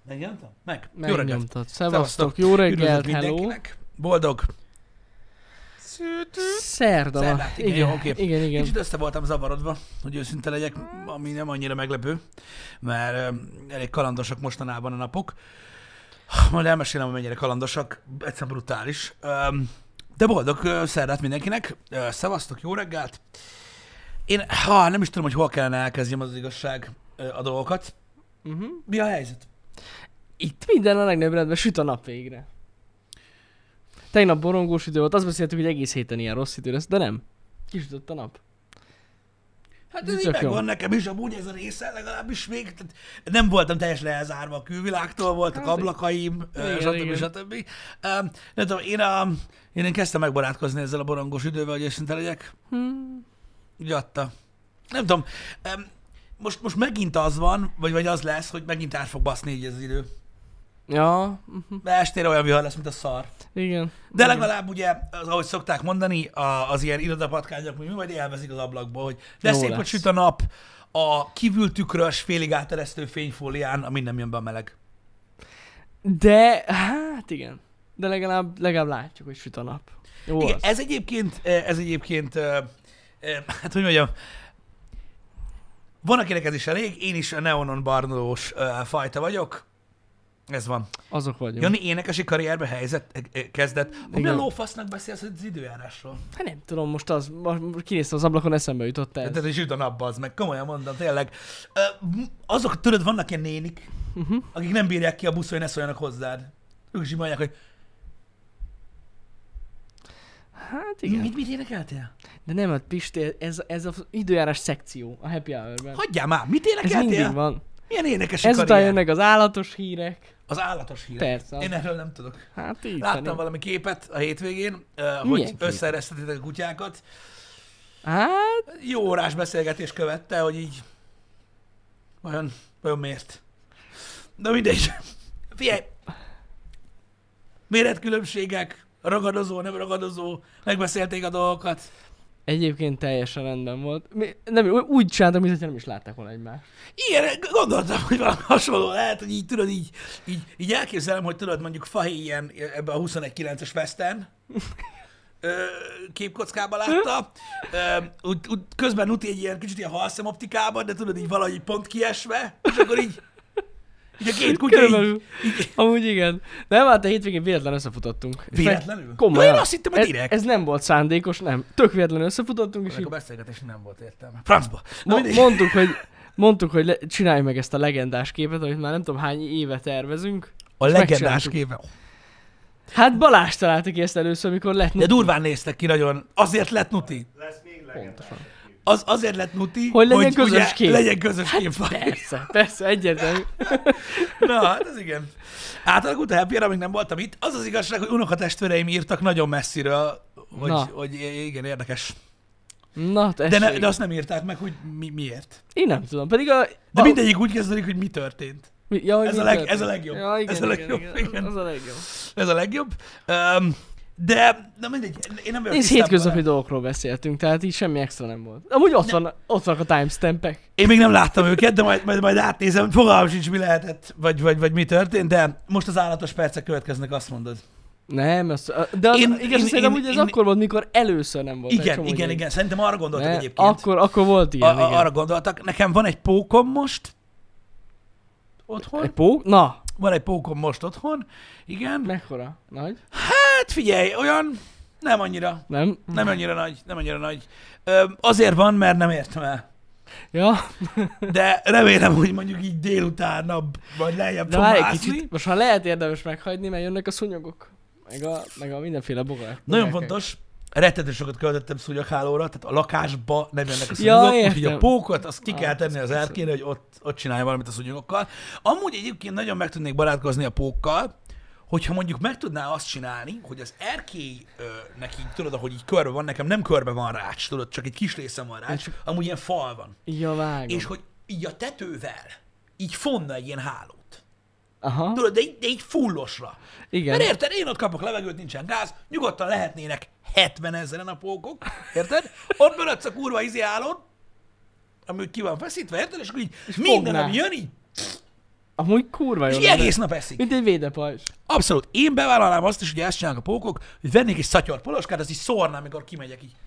Megnyomtam? Meg. Jó reggelt. Megnyomtad. Szevasztok, jó reggelt, Üdvözlet hello. mindenkinek. Boldog. Szerda van. Szerdát, igen, jó, oké. Igen. Kicsit össze voltam zavarodva, hogy őszinte legyek, ami nem annyira meglepő, mert elég kalandosak mostanában a napok. Majd elmesélem, hogy mennyire kalandosak, egyszerűen brutális. De boldog szerdát mindenkinek. Szevasztok, jó reggelt. Én nem is tudom, hogy hol kellene elkezdjem az igazság a dolgokat. Mi a helyzet? Itt minden a legnagyobb rendben, süt a nap végre. Tegnap borongós idő volt, azt beszéltük, hogy egész héten ilyen rossz idő lesz, de nem. Kisütött a nap. Hát ez így megvan nekem is, amúgy ez a része legalábbis még. Tehát nem voltam teljesen elzárva a külvilágtól, voltak ablakaim, stb. Nem tudom, én kezdtem megbarátkozni ezzel a borongós idővel, hogy őszinte legyek. Úgy adta. Nem tudom, most megint az van, vagy az lesz, hogy megint át fog baszni így ez az idő. Ja. De estére olyan vihar lesz, mint a szar. Igen. De legalább ugye, ahogy szokták mondani, az ilyen irodapatkányok, mi majd élvezik az ablakból, hogy de Jó szép, lesz. hogy süt a nap, a kívül tükrös, félig áteresztő fényfólián, amin nem jön be a meleg. De, hát igen. De legalább látjuk, hogy süt a nap. Jó Igen, az. ez egyébként, hát hogy mondjam, van akinek ez is elég, én is a neonon barnolós fajta vagyok. Ez van. Azok vagyunk. Jani énekesi karrierbe kezdett. Mi a Igen. lófasznak beszélsz az időjárásról? Hát nem tudom, most kinéztem az ablakon, eszembe jutott ez. Tehát is süt a napba, az meg. Komolyan mondom, tényleg. Azok, tudod, vannak ilyen nénik, akik nem bírják ki a busz, hogy ne szóljanak hozzád. Ők is így mondják, hogy Hát igen. mit énekeltél? De nem, hát Pisti, ez az időjárás szekció a Happy Hour-ben. Hagyjál már, mit Ez énekeltél? mindig van. Milyen énekesi Ezután karrier? jönnek az állatos hírek. Az állatos hírek. Persze. Én erről nem tudok. Hát így. Láttam valami képet a hétvégén, hogy kép? összeeresztettétek a kutyákat. Hát, Jó órás beszélgetés követte, hogy így vajon miért. De mindegy. Figyelj! Méretkülönbségek, ragadozó, nem ragadozó, megbeszélték a dolgokat. egyébként teljesen rendben volt. Nem, úgy csináltam, mintha nem is látták volna egymást. Igen, gondoltam, hogy valami hasonló lehet, hogy így tudod, így elképzelem, hogy tudod, mondjuk Fahéjen ebbe a 21.9-es Western képkockába látta. Közben Nuti egy ilyen kicsit ilyen halszemoptikában, de tudod, így valahogy pont kiesve, és akkor így a két kutya Körülbelül. így Amúgy igen. Nem, hát a hétvégén véletlen összefutottunk. És véletlenül? Komolyan. Jó, én azt hittem, hogy direkt. Ez nem volt szándékos, nem. Tök véletlenül összefutottunk, és Ennek a így beszélgetésnek nem volt értelme. Francba. Na, mindegy. mondtuk, hogy csinálj meg ezt a legendás képet, amit már nem tudom hány éve tervezünk. A és legendás megcsináltuk. képe. Hát Balázs találta ki ezt először, amikor lett De Nuti. durván néztek ki nagyon. Azért lett Nuti. Lesz még legendás. Pontosan. Azért lett Nuti, Hogy legyen közös ugye kép. legyen közös kép. Persze, egyértelmű. Na, hát ez igen. Átalakult a Happy Hour, amíg nem voltam itt. Az az igazság, hogy unokatestvéreim írtak nagyon messziről, hogy igen, érdekes. Na, De azt nem írták meg, hogy miért. Én nem tudom, pedig De mindegyik úgy kezdődik, hogy mi történt. Ja, hogy Ez mi a történt? legjobb. Ja, igen, Ez a legjobb, igen. Az a legjobb. Ez a legjobb. De mindegy, én nem vagyok Nézd, tisztában hétköznapi vele. dolgokról beszéltünk, tehát így semmi extra nem volt. Amúgy ott vannak a timestampek. Én még nem láttam őket, de majd átnézem. Fogalmam sincs, mi lehetett, vagy mi történt, de most az állatos percek következnek, azt mondod. Nem, de az, igaz, szerintem úgy ez akkor volt, mikor először nem volt. Igen. Szerintem arra gondoltak Ne, egyébként. akkor volt ilyen, igen. Arra gondoltak. Nekem van egy pókom most otthon. Egy pók? Na, Van egy pókom most otthon. Igen. mekkora? Nagy? Hát figyelj, olyan nem annyira. Nem? Nem annyira nagy. Azért van, mert nem értem el. Ja, De remélem, hogy mondjuk így délutánabb, vagy lejjebb de fog várj egy mászni. kicsit. Most már lehet érdemes meghagyni, mert jönnek a szúnyogok. Meg a mindenféle bogarak. Nagyon fontos, rettető sokat költöttem szúnyoghálóra, tehát a lakásba nem jönnek a Ja, szúnyogok, értem. úgyhogy a pókot azt ki kell tenni az persze. erkére, hogy ott csinálja valamit a szúnyogokkal. Amúgy egyébként nagyon meg tudnék barátkozni a pókkal, hogyha mondjuk meg tudná azt csinálni, hogy az erkélynek így, tudod, ahogy így körbe van, nekem nem körbe van rács, tudod, csak egy kis részem van rács, amúgy ilyen fal van. Ja, vágom. És hogy így a tetővel így fonna egy ilyen hálót. Aha, Tudod, de így fullosra. igen. Mert érted, én ott kapok levegőt, nincsen gáz, nyugodtan lehetnének 70 000 a pókok, érted? Ott mögöttsz a kurva hálón, ami ki van feszítve, érted? És akkor így minden, fogná. ami jön, így Amúgy kurva jó. És egész nap eszik. Mint egy védepajzs. Abszolút. Én bevállalnám azt is, hogy ezt csinálnak a pókok, hogy vennék egy szatyor poloskát, azt így szórnám, amikor kimegyek így.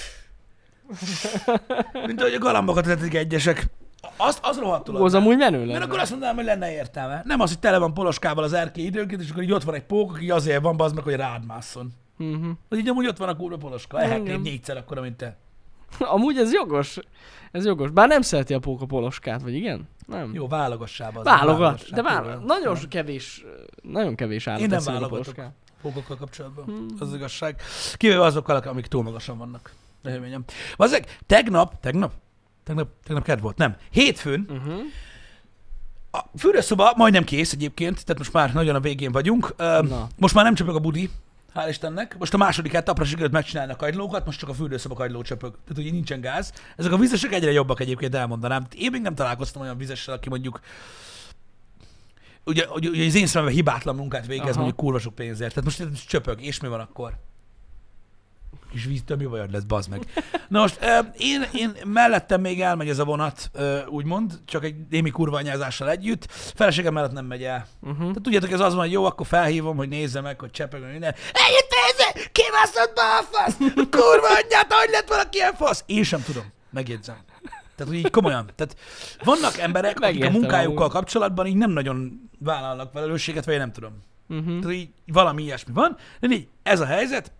Mint ahogy a galambokat vezetik egyesek. Az rohadtul adná. Az amúgy menő lenne. Mert akkor azt mondanám, hogy lenne értelme. Nem az, hogy tele van poloskával az erkély időnként, és akkor így ott van egy pók, aki azért van, bazd meg, hogy rád másszon. Hogy így amúgy ott van a kurva poloska. Ehetnéd 4-szer akkor, mint te. Amúgy ez jogos. Ez jogos. Bár nem szereti a póka poloskát, vagy igen? Nem. Jó, válogassával. Válogat. De nagyon kevés állat. Én nem válogatok pókokkal kapcsolatban. Az igazság. Kivéve azokkal, amik túl magasan vannak. Reményem. Vazzeg, tegnap kedd volt, nem. Hétfőn a fürdőszoba majdnem kész egyébként, tehát most már nagyon a végén vagyunk. Most már nem csöpög a budi, hál' Istennek. Most a második etapra sikerült megcsinálni a kagylókat, most csak a fürdőszoba kagyló csöpög. Tehát ugye nincsen gáz. Ezek a vizesek egyre jobbak egyébként, elmondanám. Én még nem találkoztam olyan vizessel, aki mondjuk ugye az én szememben hibátlan munkát végez, mondjuk kurva sok pénzért. Tehát most csöpög, és mi van akkor? Kis víztől mi bajod lesz, bazd meg. Na most én mellettem még elmegy ez a vonat, úgymond, csak egy némi kurva anyázással együtt. Feleségem mellett nem megy el. Tehát tudjátok, ez az van, hogy jó, akkor felhívom, hogy nézze meg, hogy csepeg, meg minden. Együtt nézze! Kibaszott be a fasz! Kurva anyját, hogy lett valaki ilyen fasz? Én sem tudom, megjegyzem. Tehát, hogy így komolyan. Tehát vannak emberek, akik a munkájukkal kapcsolatban így nem nagyon vállalnak felelősséget, vagy én nem tudom. Tehát így valami ilyesmi van. De így, ez a helyzet.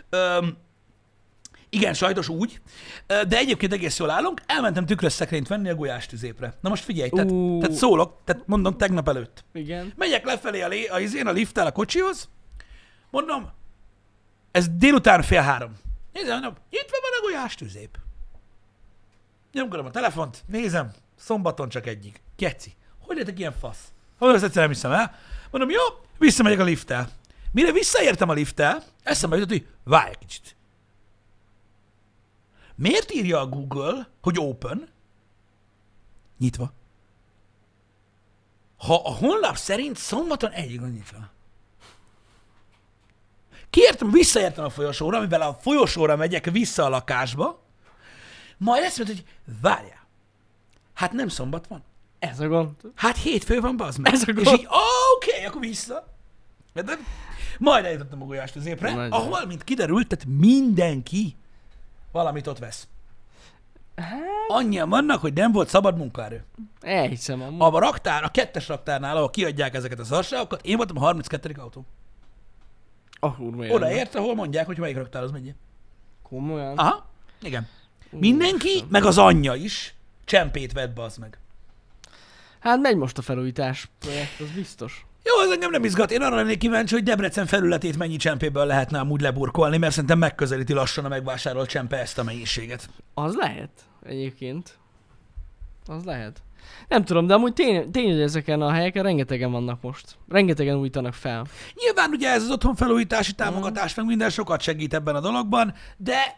Igen, sajnos úgy, de egyébként egész jól állunk. Elmentem tükrös szekrényt venni a gulyástüzépre. Na most figyelj, tehát szólok, tehát mondom tegnap előtt. Igen. Megyek lefelé a lifttel a kocsihoz, mondom, ez délután 2:30. Nézem, mondom, itt van a gulyástüzép. Nyomkodom a telefont, nézem, szombaton csak egyik. Keci, hogy lettek ilyen fasz? Hogy ezt egyszer nem hiszem el? Mondom, jó, visszamegyek a lifttel. Mire visszaértem a lifttel, eszembe jutott, hogy várj egy kicsit. Miért írja a Google, hogy open? Nyitva. Ha a honlap szerint szombaton egyik van nyitva. Visszaértem a folyosóra, amivel a folyosóra megyek vissza a lakásba, majd ezt mondta, hogy várjál. Hát nem szombat van. Ez a gond. Hát hétfő van, bazd meg. Ez a gond. És így, oké, akkor vissza. De majd eljutottam a gulyástüzépre, ahol, mint kiderült, tehát mindenki valamit ott vesz. Hát... Annyian vannak, hogy nem volt szabad munkaerő. Elhiszem amúgy. A raktár, a 2-es raktárnál, ahol kiadják ezeket a szarságokat, én voltam a 32. autó. Oda ért, ahol mondják, hogy melyik raktárhoz menjél. Komolyan? Aha, igen. Mindenki, meg az anyja is csempét vett, bazd meg. Hát megy most a felújítás projekt, az biztos. Jó, ez engem nem izgat. Én arra lennék kíváncsi, hogy Debrecen felületét mennyi csempéből lehetne amúgy leburkolni, mert szerintem megközelíti lassan a megvásárolt csempe ezt a mennyiséget. Az lehet egyébként. Az lehet. Nem tudom, de amúgy tény, hogy ezeken a helyeken rengetegen vannak most. Rengetegen újítanak fel. Nyilván ugye ez az otthonfelújítási támogatás, meg minden sokat segít ebben a dologban, de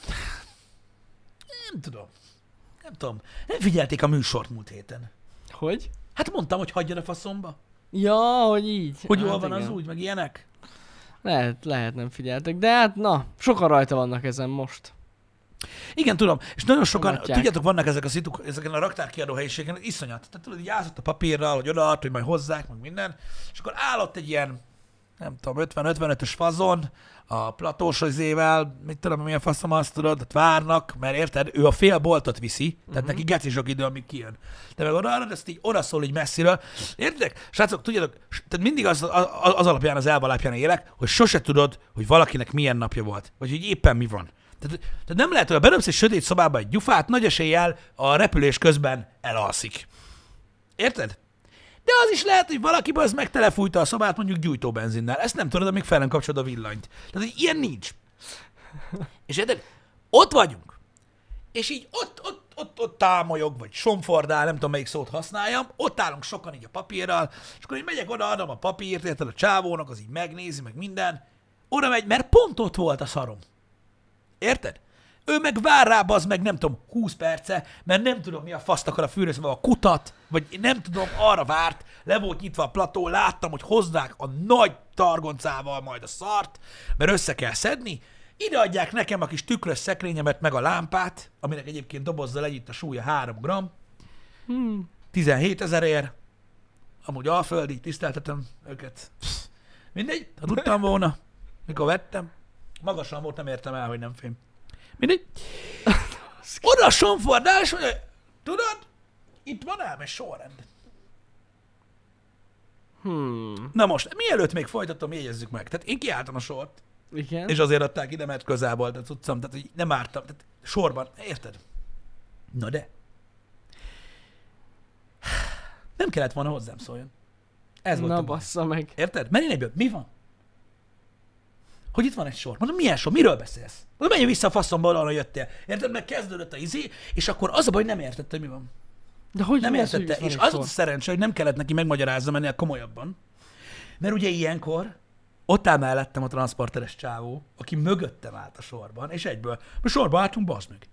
nem tudom. Nem figyelték a műsort múlt héten. Hogy? Hát mondtam, hogy hagyjon a faszomba. Ja, hogy így. Hogy jól van igen. Az úgy, meg ilyenek. Lehet nem figyeltek, de hát na, sokan rajta vannak ezen most. Igen, tudom, és nagyon sokan, tudjátok, vannak ezek a szituk, ezeken a raktárkiadó helyiségen, iszonyat. Tehát tudod, így állsz a papírral, hogy odaad, hogy majd hozzák, meg minden, és akkor állott egy ilyen, nem tudom, 50-55-ös fazon, a platós izével, mit tudom, milyen faszom azt tudod, ott várnak, mert érted, ő a fél boltot viszi, tehát neki geci sok idő, amíg kijön. De meg odaadod, ezt így odaszól így messziről. Értedek? Srácok, tudjátok, tehát mindig az alapján, az elv alapján élek, hogy sose tudod, hogy valakinek milyen napja volt, vagy hogy éppen mi van. Tehát nem lehet, hogy bedobsz egy sötét szobába egy gyufát, nagy eséllyel a repülés közben elalszik. Érted? De az is lehet, hogy valaki az meg telefújta a szobát mondjuk gyújtóbenzinnel. Ezt nem tudod, amíg fel nem kapcsolod a villanyt. Tehát ilyen nincs. És érted? Ott vagyunk. És így ott támolyog, vagy somfordál, nem tudom melyik szót használjam, ott állunk sokan így a papírral, és akkor így megyek oda, adom a papírt, érted, a csávónak, az így megnézi, meg minden. Oda megy, mert pont ott volt a szarom. Érted? Ő meg vár rá, az meg nem tudom, 20 perce, mert nem tudom, mi a faszt akar a fűrőszobában, a kutat, vagy nem tudom, arra várt, le volt nyitva a plató, láttam, hogy hozzák a nagy targoncával majd a szart, mert össze kell szedni, ide adják nekem a kis tükrös szekrényemet, meg a lámpát, aminek egyébként dobozzal együtt a súlya 3 g, 17 000-ért, amúgy alföldi, tiszteltetem őket. Mindegy, ha tudtam volna, mikor vettem. Magasan volt, nem értem el, hogy nem fém. Mindegy. Oda a sonfordál, és mondja, tudod, itt van ám egy sorrend. Na most, mielőtt még folytatom, jegyezzük meg. Tehát én kiálltam a sort, Igen. és azért adták ide, mert közel volt a cuccam, tehát hogy nem ártam, tehát sorban, érted? Na de. Nem kellett volna hozzám szóljon. Ez volt Na a baj. bassza meg. Érted? Mert én egyből, mi van? Hogy itt van egy sor. Mondom, milyen sor? Miről beszélsz? Mondom, menj vissza a faszomba, ahol jöttél. Érted? Meg kezdődött a izé, és akkor az a baj, hogy nem értette, hogy mi van. De hogy Nem mi az, értette. hogy És van egy az volt a sor? szerencse, hogy nem kellett neki megmagyaráznom ennél komolyabban. Mert ugye ilyenkor ott áll mellettem a transzporteres csávó, aki mögöttem állt a sorban, és egyből, a sorba álltunk, bazd meg.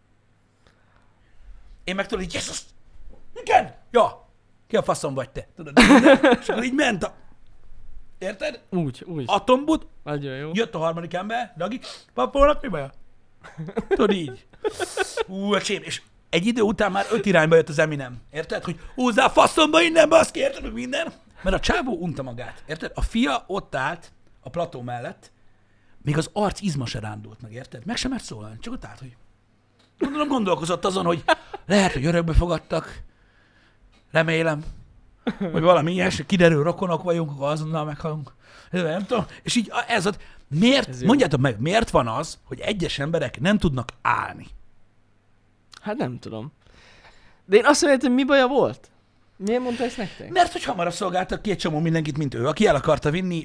Én meg tudod, hogy Jézus! Igen! Ja! Ki a faszom vagy te? Tudod, és akkor így ment a... Érted? Úgy. Atombut, Nagyon jó. jött a harmadik ember, Dagi, papónak mi baja? Tudod így. Öcsém, és egy idő után már 5 irányba jött az Eminem. Érted? Hogy húzzál a faszomba innen, baszki, érted? Meg minden. Mert a csávó unta magát. Érted? A fia ott állt a plató mellett, még az arc izma se rándult meg, érted? Meg sem mert szólalni, csak ott állt, hogy... Gondolom gondolkozott azon, hogy lehet, hogy örökbe fogadtak. Remélem. Vagy valami ilyesmi, kiderül, rokonok vagyunk, akkor azonnal meghalunk. Nem tudom. És így ez ott, miért, mondjátok meg, miért van az, hogy egyes emberek nem tudnak állni? Hát nem tudom. De én azt mondtam, mi baja volt? Miért mondta ezt nektek? Mert hogy hamarabb szolgáltak ki egy csomó mindenkit, mint ő, aki el akarta vinni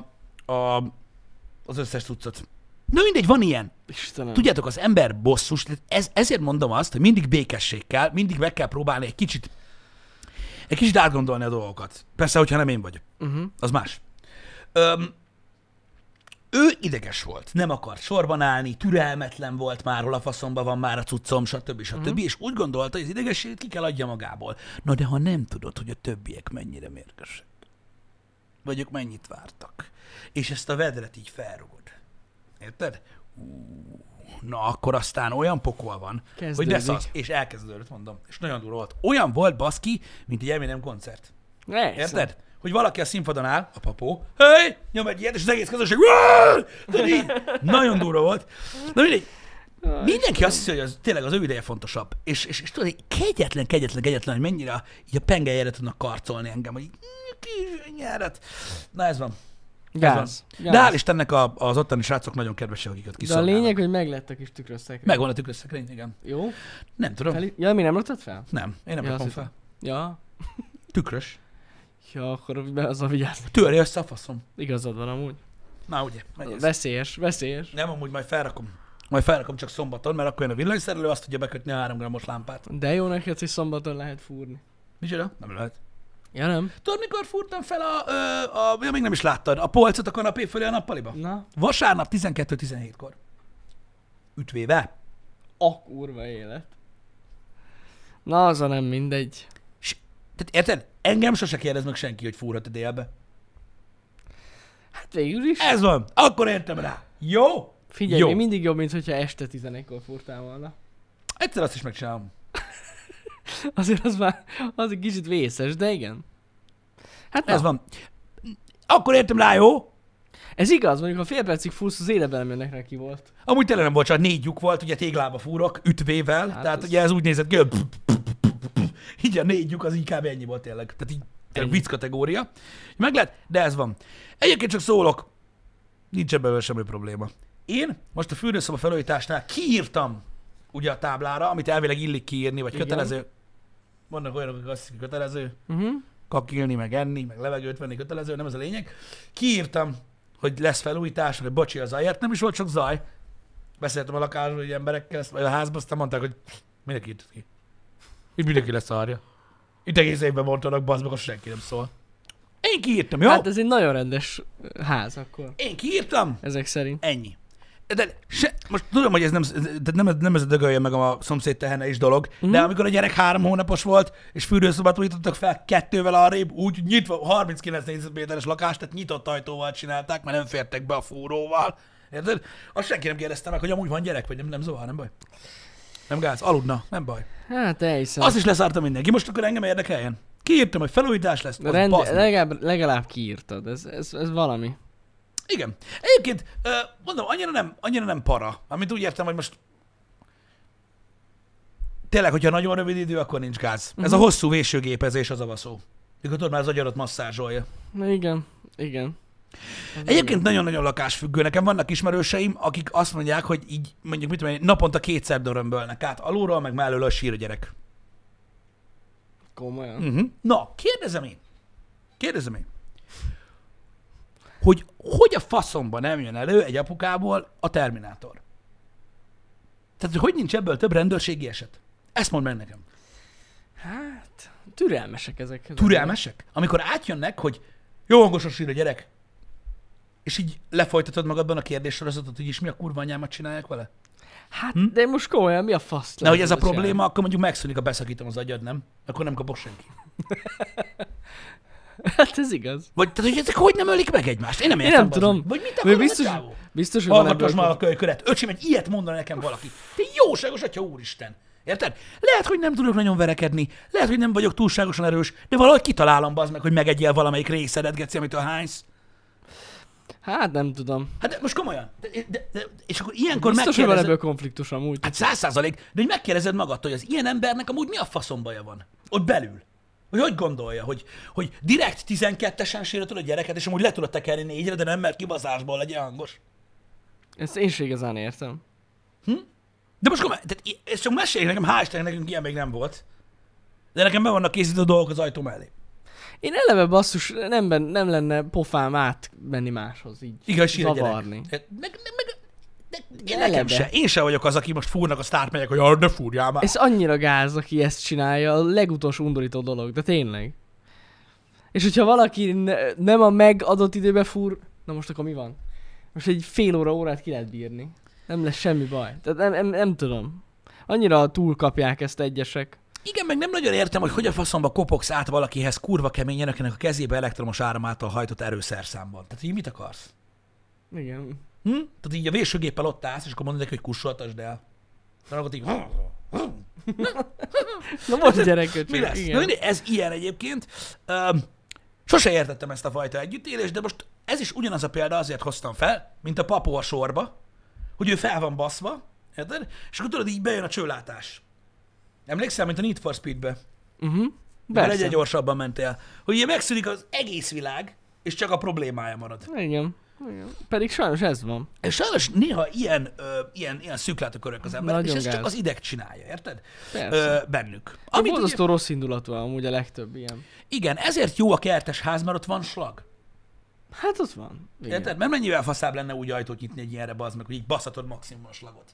az összes cuccot. Na mindegy, van ilyen. Istenem. Tudjátok, az ember bosszus, ezért mondom azt, hogy mindig békesség kell, mindig meg kell próbálni egy kicsit átgondolni a dolgokat. Persze, hogyha nem én vagyok. Az más. Ő ideges volt, nem akart sorban állni, türelmetlen volt már, hol a faszomba van már a cuccom, stb. És úgy gondolta, hogy az idegességet ki kell adja magából. Na de ha nem tudod, hogy a többiek mennyire mérgesek, vagy ők mennyit vártak, és ezt a vedret így felrugod, érted? Na akkor aztán olyan pokol van, hogy de szasz, és elkezdődött, mondom. És nagyon durva volt. Olyan volt, baszki, mint egy Eminem koncert. Érted? Hogy valaki a színpadon áll, a papó, hey, nyom egy ilyet, és az egész közönség, tudod így? Nagyon durva volt. Na mindegy, mindenki azt hiszi, hogy az, tényleg az ő ideje fontosabb. És tudod, hogy kegyetlen, hogy mennyire így a pengelyére tudnak karcolni engem, hogy kis nyárat. Na ez van. Gáz. De hál' Istennek az ottani srácok nagyon kedvesek, akiket De a kiszolgálnak. lényeg, hogy meglett a kis tükrösszekrény. Megvan a tükrösszekrény, igen. Jó? Nem tudom. Ja, mi nem raktad fel? Nem, én nem rakom fel. Ja. Tükrös. Ja, akkor be azzal vigyázz. Törje össze a faszom. Igazad van amúgy. Na ugye, megy ez. Veszélyes. Nem, amúgy majd felrakom. Majd felrakom csak szombaton, mert akkor jön a villanyszerelő, azt tudja bekötni a 3 grammos lámpát. De jó neked, hogy szombaton lehet fúrni. Micsoda? Nem lehet. Ja, nem? Tudod, mikor fúrtam fel ja, még nem is láttad, a polcot a kanapé fölé a nappaliba? Na? Vasárnap 12-17-kor. Ütvével. A kurva élet. Na, az a nem mindegy. Tehát érted? Engem sose kérdez meg senki, hogy fúrhat a délbe. Hát végül is. Ez van. Akkor értem rá. Jó? Figyelj, jó. még mindig jobb, mint hogyha este 11-kor fúrtál volna. Egyszer azt is megcsinálom. Azért az egy kicsit vészes, de igen. Hát Ez van. Akkor értem rá, jó? Ez igaz, mondjuk ha fél percig fúrsz, az életben nem jönnek neki volt. Amúgy tényleg nem volt, csak 4 lyuk volt, ugye téglába fúrok, ütvével, Hát tehát az... ugye ez úgy nézett ki, hogy így a 4 lyuk az inkább ennyi volt tényleg. Tehát így vicc kategória. Meg lehet, de ez van. Egyébként csak szólok, nincs ebben semmi probléma. Én most a fürdőszoba felújításnál kiírtam ugye a táblára, amit elvileg illik kiírni, vagy igen. kötelező. Vannak olyanok, akik azt hiszik, kötelező. Kakilni, meg enni, meg levegőt venni kötelező, nem ez a lényeg. Kiírtam, hogy lesz felújítás, hogy bocsi a zajért, nem is volt sok zaj. Beszéltem a lakásban, hogy emberekkel, vagy a házban, aztán mondták, hogy mindenki írt ki. Itt mindenki lesz szarja. Itt egész évben mondanak, bazd meg, azt senki nem szól. Én kiírtam, jó? Hát ez egy nagyon rendes ház akkor. Én kiírtam. Ezek szerint. Ennyi. De most tudom, hogy ez nem ez a dögöljön meg a szomszéd tehene is dolog, de amikor a gyerek 3 hónapos volt, és fürdőszobát újítottak fel 2-vel arrébb, úgy nyitva, 39 négyzetméteres lakást, tehát nyitott ajtóval csinálták, mert nem fértek be a fúróval. Érted? Azt senki nem kérdezte meg, hogy amúgy van gyerek, vagy nem zavar, nem baj. Nem gáz, aludna, nem baj. Hát elhiszem. Azt is leszárta mindenki, most akkor engem érdekeljen. Kiírtam, hogy felújítás lesz, az bazd meg. legalább kiírtad, ez valami. Igen. Egyébként, mondom, annyira nem para. Amit úgy értem, hogy most tényleg, hogyha nagyon rövid idő, akkor nincs gáz. Ez a hosszú vésőgépezés az avaszó. Mikor tudod, már az agyarat masszázsolja. Na igen. Egyébként nagyon-nagyon lakásfüggő. Nekem vannak ismerőseim, akik azt mondják, hogy így mondjuk mit tudom én, naponta 2-szer dörömbölnek át alulról, meg mellől a sír a gyerek. Komolyan? Na, kérdezem én, hogy a faszomban nem jön elő egy apukából a Terminátor? Tehát, hogy nincs ebből több rendőrségi eset? Ezt mondd meg nekem. Hát, türelmesek ezek. Türelmesek? Amikor átjönnek, hogy jó hangosan sír a gyerek, és így lefolytatod magadban a kérdéssorozatot, hogy is mi a kurva anyámat csinálják vele? Hát, de most komolyan, mi a fasz? Na, hogy ez a probléma, akkor mondjuk megszűnik a beszakítom az agyad, nem? Akkor nem kapok senki. Hát ez igaz. Vagy, tehát, hogy ezek hogy nem ölik meg egymást? Én nem értem. Én nem tudom. Vagy mit akar biztos, hogy van hallgatos már a kölyköret. Öcsém, egy ilyet mondana nekem valaki. Te jóságos atya úristen. Érted? Lehet, hogy nem tudok nagyon verekedni, lehet, hogy nem vagyok túlságosan erős, de valahogy kitalálom, bazd meg, hogy megegyél valamelyik részedet, geci, amitől hánysz. Hát nem tudom. Hát de most komolyan. És akkor ilyenkor biztos, hogy van megkérdezed... ebből konfliktus amúgy. Hát 100%, de hogy megkérdezed magadtól, hogy az ilyen embernek amúgy mi a faszom baja van? Ott belül. Hogy gondolja, hogy direkt 12-esen sérültől a gyereket, és amúgy le tudod tekerni 4-re, de nem mert kibaszásból legyen hangos. Ezt én se igazán értem. De most komolyan, tehát ezt csak meséljék nekem, hál' Istennek nekünk ilyen még nem volt. De nekem be vannak készítő dolgok az ajtó mellé. Én eleve basszus, nem lenne pofám átmenni máshoz, így igaz, zavarni. Én sem vagyok az, aki most fúrnak a sztárt megyek, hogy ne fúrjál már. Ez annyira gáz, aki ezt csinálja, a legutolsó undorító dolog, de tényleg. És hogyha valaki nem a megadott időbe fúr, na most akkor mi van? Most egy fél órát ki lehet bírni. Nem lesz semmi baj. Tehát nem tudom. Annyira túlkapják ezt egyesek. Igen, meg nem nagyon értem, hogy a faszomba kopogsz át valakihez kurva keményen, akinek a kezébe elektromos áram által hajtott erőszerszámban. Tehát így mit akarsz? Igen. Tehát így a vésőgéppel ott állsz, és akkor mondod neki, hogy kussoltasd el. De akkor így... Na most gyereköcsém. Mi lesz? Na, ez ilyen egyébként. Sose értettem ezt a fajta együttélést, de most ez is ugyanaz a példa, azért hoztam fel, mint a papó a sorba, hogy ő fel van baszva, érted? És akkor tudod, így bejön a csőlátás. Emlékszel, mint a Need for Speed-be? Mert egyre gyorsabban mentél. Hogy ugye megszűnik az egész világ, és csak a problémája marad. Igen. Pedig sajnos ez van. És sajnos néha ilyen szűklátókörök az emberek, és ez csak az ideg csinálja, érted? Bennük. Amit borzasztó rossz indulatú amúgy a legtöbb ilyen. Igen, ezért jó a kertes ház, mert ott van slag. Hát ott van. Igen. Érted? Mert mennyivel faszább lenne úgy ajtót nyitni egy ilyenre, bazd meg, hogy így baszhatod maximum a slagot.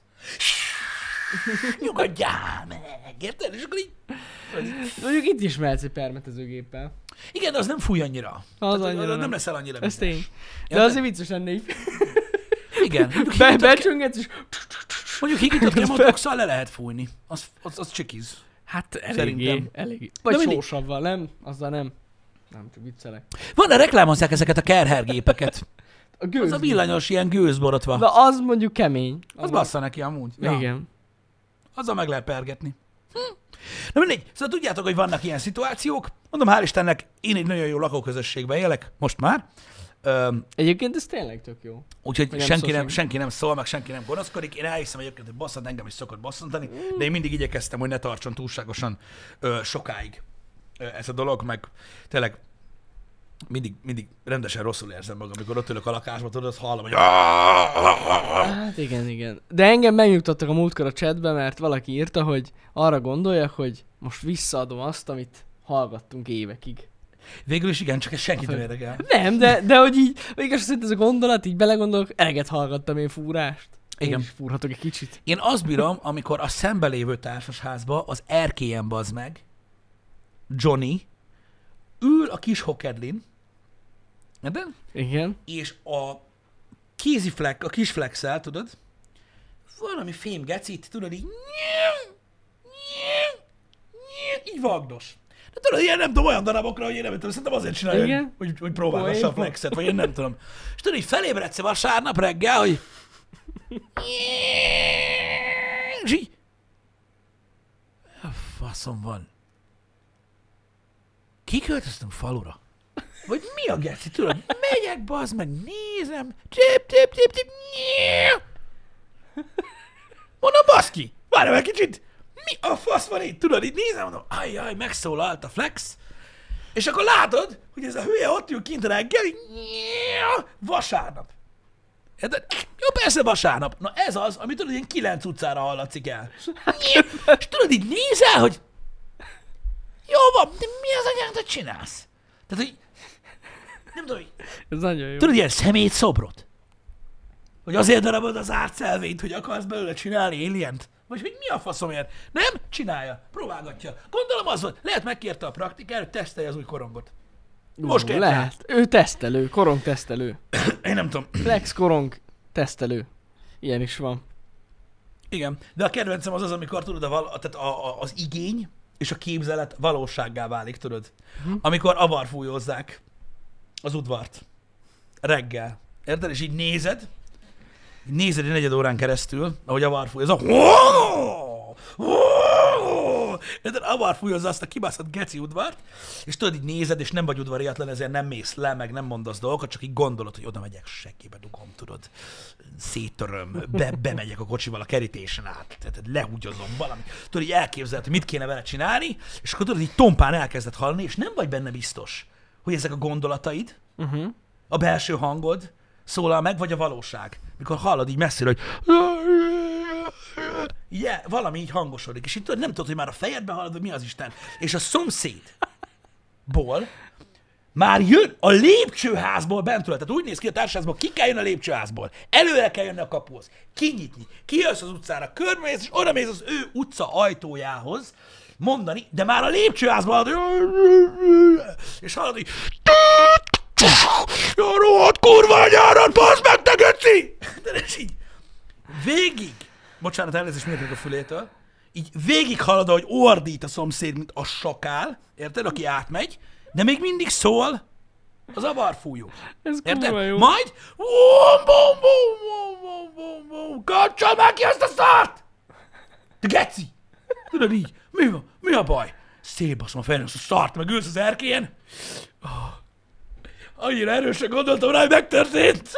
Nyugodjál meg, érted? És akkor így... Mondjuk itt is mehetsz egy permetezőgéppel. Igen, de az nem fúj annyira. Az annyira nem leszel annyira ez tény. De azért vicces lenne így. Igen. Becsöngetsz és... Mondjuk higított kemotokszal le lehet fújni. Az csikiz. Hát eléggé. Vagy sósavval, nem? Azzal nem. Nem, csak viccelek. Van, reklámozzák ezeket a kerhergépeket. A az a villanyos, ilyen gőzborotva. De az mondjuk kemény. Az bassza neki amúgy. Igen. Ja. Azzal meg lehet pergetni. Na mindegy, szóval tudjátok, hogy vannak ilyen szituációk. Mondom, hál' Istennek, én egy nagyon jó lakóközösségben élek, most már. Egyébként ez tényleg tök jó. Úgyhogy senki nem szól, meg senki nem gonoszkodik. Én elhiszem egyébként, hogy bosszant, engem is szokott bosszantani, de én mindig igyekeztem, hogy ne tartson túlságosan sokáig ez a dolog, meg tényleg mindig rendesen rosszul érzem magam, amikor ott ülök a lakásban, tudod, azt hallom, hogy... Hát igen. De engem megnyugtattak a múltkor a chatbe, mert valaki írta, hogy arra gondolja, hogy most visszaadom azt, amit hallgattunk évekig. Végül is igen, csak ez senkit nem érdekel. Nem, de hogy így, igaz szerint ez a gondolat, így belegondolok, eleget hallgattam én fúrást. Igen. Én is fúrhatok egy kicsit. Én azt bírom, amikor a szembelévő társasházba az erkélyen bazd meg, Johnny, ül a kis hokedlin, igen. És a kéziflex, a kis flexel, tudod, valami fémgecit, tudod, így vagdos. De tudod, ilyen nem tudom, olyan darabokra, hogy én nem tudom, szerintem azért csinálja, hogy próbálgassa a flexet, vagy én nem tudom. És tudod, így felébredsz vasárnap reggel, hogy és így a faszom van. kiköltöztünk falura. Vagy mi a geci, tudod? Megyek, bazd meg, nézem. Tip. Mondom, baszki, várj meg kicsit. Mi a fasz van itt? Tudod, itt nézem, mondom, ajjaj, megszólalt a Flex. És akkor látod, hogy ez a hülye ott ül kint reggel, vasárnap. Jó, persze vasárnap. Na ez az, amit tudod, ilyen 9 utcára hallatszik el. És tudod, így nézel, hogy jó van, de mi az anyádat csinálsz? Tehát, hogy nem tudom, hogy Ez nagyon jó. tudod, ilyen szemét szobrot? Hogy azért darabod az árcelvényt, hogy akarsz belőle csinálni alient? Vagy hogy mi a faszomért? Nem? Csinálja. Próbálgatja. Gondolom az volt. Lehet megkérte a praktikát, hogy tesztelje az új korongot. Most ért lehet. Ő tesztelő, korong tesztelő. Én nem tudom. Flex korong tesztelő. Ilyen is van. Igen. De a kedvencem az az, amikor tudod, az igény és a képzelet valósággá válik, tudod. Amikor avarfújózzák az udvart. Reggel. Érted? És így nézed egy negyed órán keresztül, ahogy avarfújozza. Érted? Avarfújozza azt a kibaszott geci udvart, és tudod, így nézed, és nem vagy udvariatlan, ezért nem mész le, meg nem mondasz dolgokat, csak így gondolod, hogy oda megyek, segébe dugom, tudod, széttöröm, bemegyek a kocsival a kerítésen át, tehát lehúgyozom valami. Tudod, így elképzeled, hogy mit kéne vele csinálni, és akkor tudod, így tompán elkezded hallani, és nem vagy benne biztos, hogy ezek a gondolataid, a belső hangod szólal meg, vagy a valóság. Mikor hallod így messziről, hogy valami így hangosodik, és így tudod, nem tudod, hogy már a fejedben hallod, vagy mi az Isten. És a szomszédból már jön a lépcsőházból bentről. Tehát úgy néz ki a társaságból, ki kell jönni a lépcsőházból. Előre kell jönni a kapuhoz. Kinyitni. Kijössz az utcára, körbemész, és oda mész az ő utca ajtójához mondani, de már a lépcsőházból hallod, és hallod, hogy ja, rohadt kurva anyárat, baszd meg, te geci! De és így végig, bocsánat, elnézést mindenkinek a fülétől, így végig hallod, hogy ordít a szomszéd, mint a sakál, érted, aki átmegy, de még mindig szól az avarfújó. Ez érted? kurva jó. Majd kapcsol már ki azt a szart! Te geci! Tudod így, mi van? Mi a baj? Szétbaszom a fejlőn azt a szart, meg ülsz az erkélyen. Annyira erősen gondoltam rá, hogy megtörtént.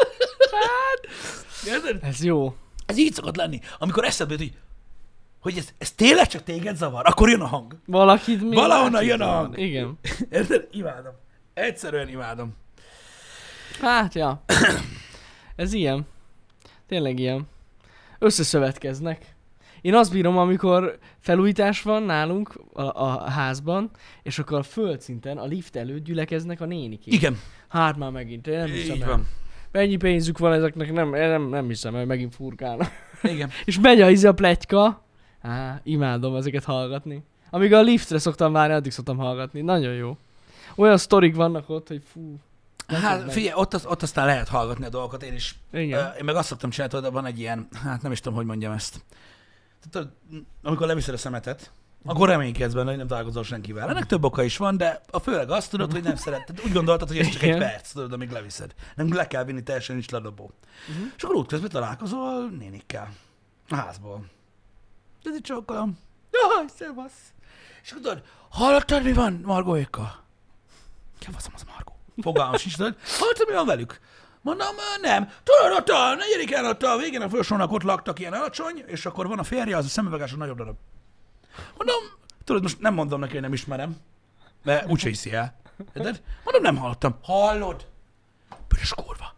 Érted? Ez jó. Ez így szokott lenni. Amikor eszedbe jut, hogy ez tényleg csak téged zavar, akkor jön a hang. Valahonnan jön a hang. Igen. Érted? Imádom. Egyszerűen imádom. Hát, ja. Ez ilyen. Tényleg ilyen. Összeszövetkeznek. Én azt bírom, amikor felújítás van nálunk a házban, és akkor a földszinten, a lift előtt gyülekeznek a nénikék. Igen. Hát már megint, én nem hiszem Így el. van. Mennyi pénzük van ezeknek, nem hiszem el, hogy megint furkálnak. Igen. És megy a pletyka. Imádom ezeket hallgatni. Amíg a liftre szoktam várni, addig szoktam hallgatni. Nagyon jó. Olyan sztorik vannak ott, hogy fú. Hát figyelj, ott aztán lehet hallgatni a dolgokat, én is. Igen. Én meg azt szoktam csinálni, hogy van egy ilyen, hát nem is tudom, hogy mondjam ezt. Tehát, amikor leviszed a szemetet, akkor reménykedsz benne, hogy nem találkozol senkivel. Ennek több oka is van, de főleg azt tudod, hogy nem szereted. Úgy gondoltad, hogy ez csak egy perc, tudod, amíg leviszed. Nem le kell vinni, teljesen nincs ledobó. És akkor útközben találkozol nénikkel. A házból. Ez itt csókolom. Jaj, szevasz. És akkor tudod, hallottad, mi van Margóékkal? Ki a faszom az Margó? Fogalmam sincs, tudod. Hallottad, mi van velük? Mondom, nem. Tudod, ott a negyediken, ott a végén a fősornak ott laktak ilyen alacsony, és akkor van a férje, az a szemüveges, a nagyobb darab. Mondom, tudod, most nem mondom neki, hogy nem ismerem, mert úgyse hiszi el. Érted? Mondom, nem hallottam. Hallod? Büdös kurva.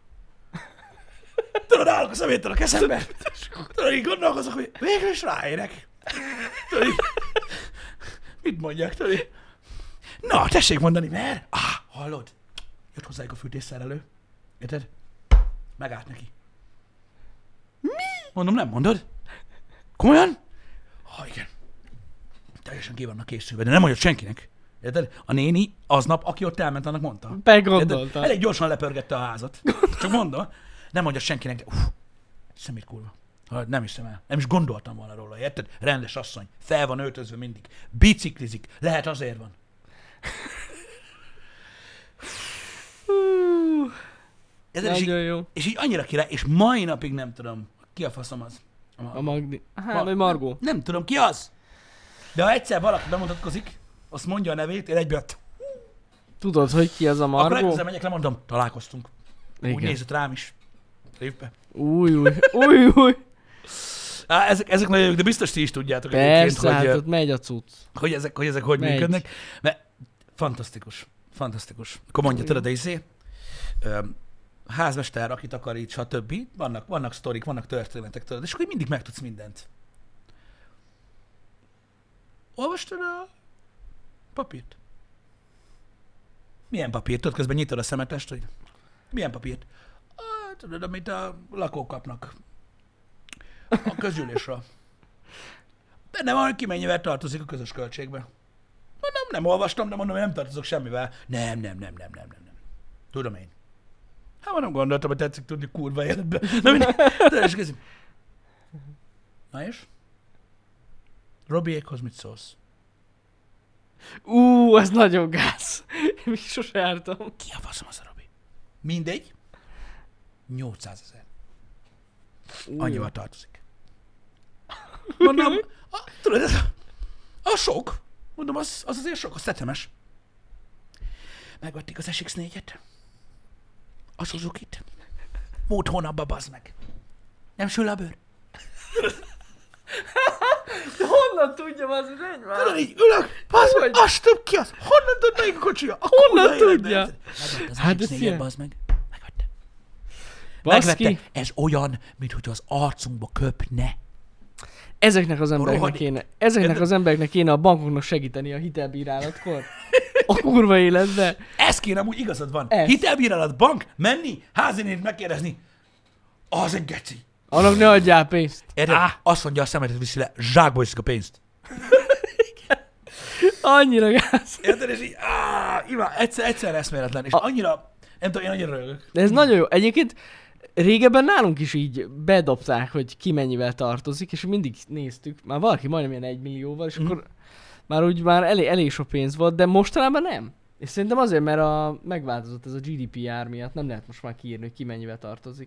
Tudod, állok a szeméttel a kezembe. Tudod, így gondolkozok, hogy végül is ráérek. Tudod, így, mit mondjak, tudod, így. Na, tessék mondani, mert? Hallod? Jött hozzájuk a fűtésszerelő. Érted? Megállt neki. Mi? Mondom, nem mondod? Komolyan? Igen. Teljesen ki vannak készülve, de nem mondja senkinek. Érted? A néni aznap, aki ott elment, annak mondta. Begondolta. Elég gyorsan lepörgette a házat. Csak mondom, nem mondja senkinek, de szemét kurva. Nem hiszem el. Nem is gondoltam volna róla, érted? Rendes asszony, fel van öltözve mindig. Biciklizik, lehet azért van. Nagyon jó. És így annyira király, és mai napig nem tudom, ki a faszom az. A Magdi. Vagy Margó. Nem tudom, ki az. De ha egyszer valaki bemutatkozik, azt mondja a nevét, én egyből Tudod, hogy ki az a Akkor Margó? legközelebb megyek, lemondom, találkoztunk. Igen. Úgy nézett rám is. Lépve. Új. Ezek nagyon jók, de biztos ti is tudjátok Persze, hát hogy, ott megy a cucc. hogy ezek hogy Megy. működnek. Mert fantasztikus. Akkor mondja, tudod, házmester, aki takarít, stb. Vannak sztorik, vannak történetek, tudod, és akkor mindig megtudsz mindent. Olvastad a papírt? Milyen papírt? Tudod, közben nyitod a szemetest, hogy milyen papírt? Tudod, amit a lakók kapnak a közgyűlésről. Benne van, hogy ki mennyivel tartozik a közös költségbe. Mondom, nem olvastam, de mondom, hogy nem tartozok semmivel. Nem. Tudom én. Hát nem gondoltam, hogy tetszik tudni kurva életben. Na mindegy. És kezdjük. Na és? Robiékhoz mit szólsz? Ez nagyon gáz. Én még sose jártam. Ki a faszom az a Robi? Mindegy. 800 000. Annyival tartozik. Mondom, tudod, ez a sok. Mondom, az azért sok, az tetemes. Megvették az SX4-et. A Suzuki-t. Múlt hónapban, bazd meg. Nem sül a bőr. De honnan tudjam az egymás? Tudod, így ülök, bazd meg, azt több ki az. Honnan tudta egy kocsia? Honnan tudja? Megvette az Hát SX4-et, bazd meg. Megvette. Baszki. Ez olyan, mintha az arcunkba köpne. Ezeknek az embereknek kéne a bankoknak segíteni a hitelbírálatkor. A kurva életbe. Ez kéne, amúgy igazad van. Hitelbírálat, bank, menni, házinét megkérdezni. Az egy geci. Annak ne adjál pénzt. Érted? Azt mondja, a szemetet viszi le, zsákba iszik a pénzt. Annyira gáz. Érted? És így, egyszer eszméletlen. És annyira, nem tudom, én annyira rögök. De ez nagyon jó. Egyébként régebben nálunk is így bedobták, hogy ki mennyivel tartozik, és mindig néztük. Már valaki majdnem ilyen 1 millióval, és akkor már elég sok pénz volt, de mostanában nem. És szerintem azért, mert megváltozott ez a GDPR miatt, nem lehet most már kiírni, hogy ki mennyivel tartozik.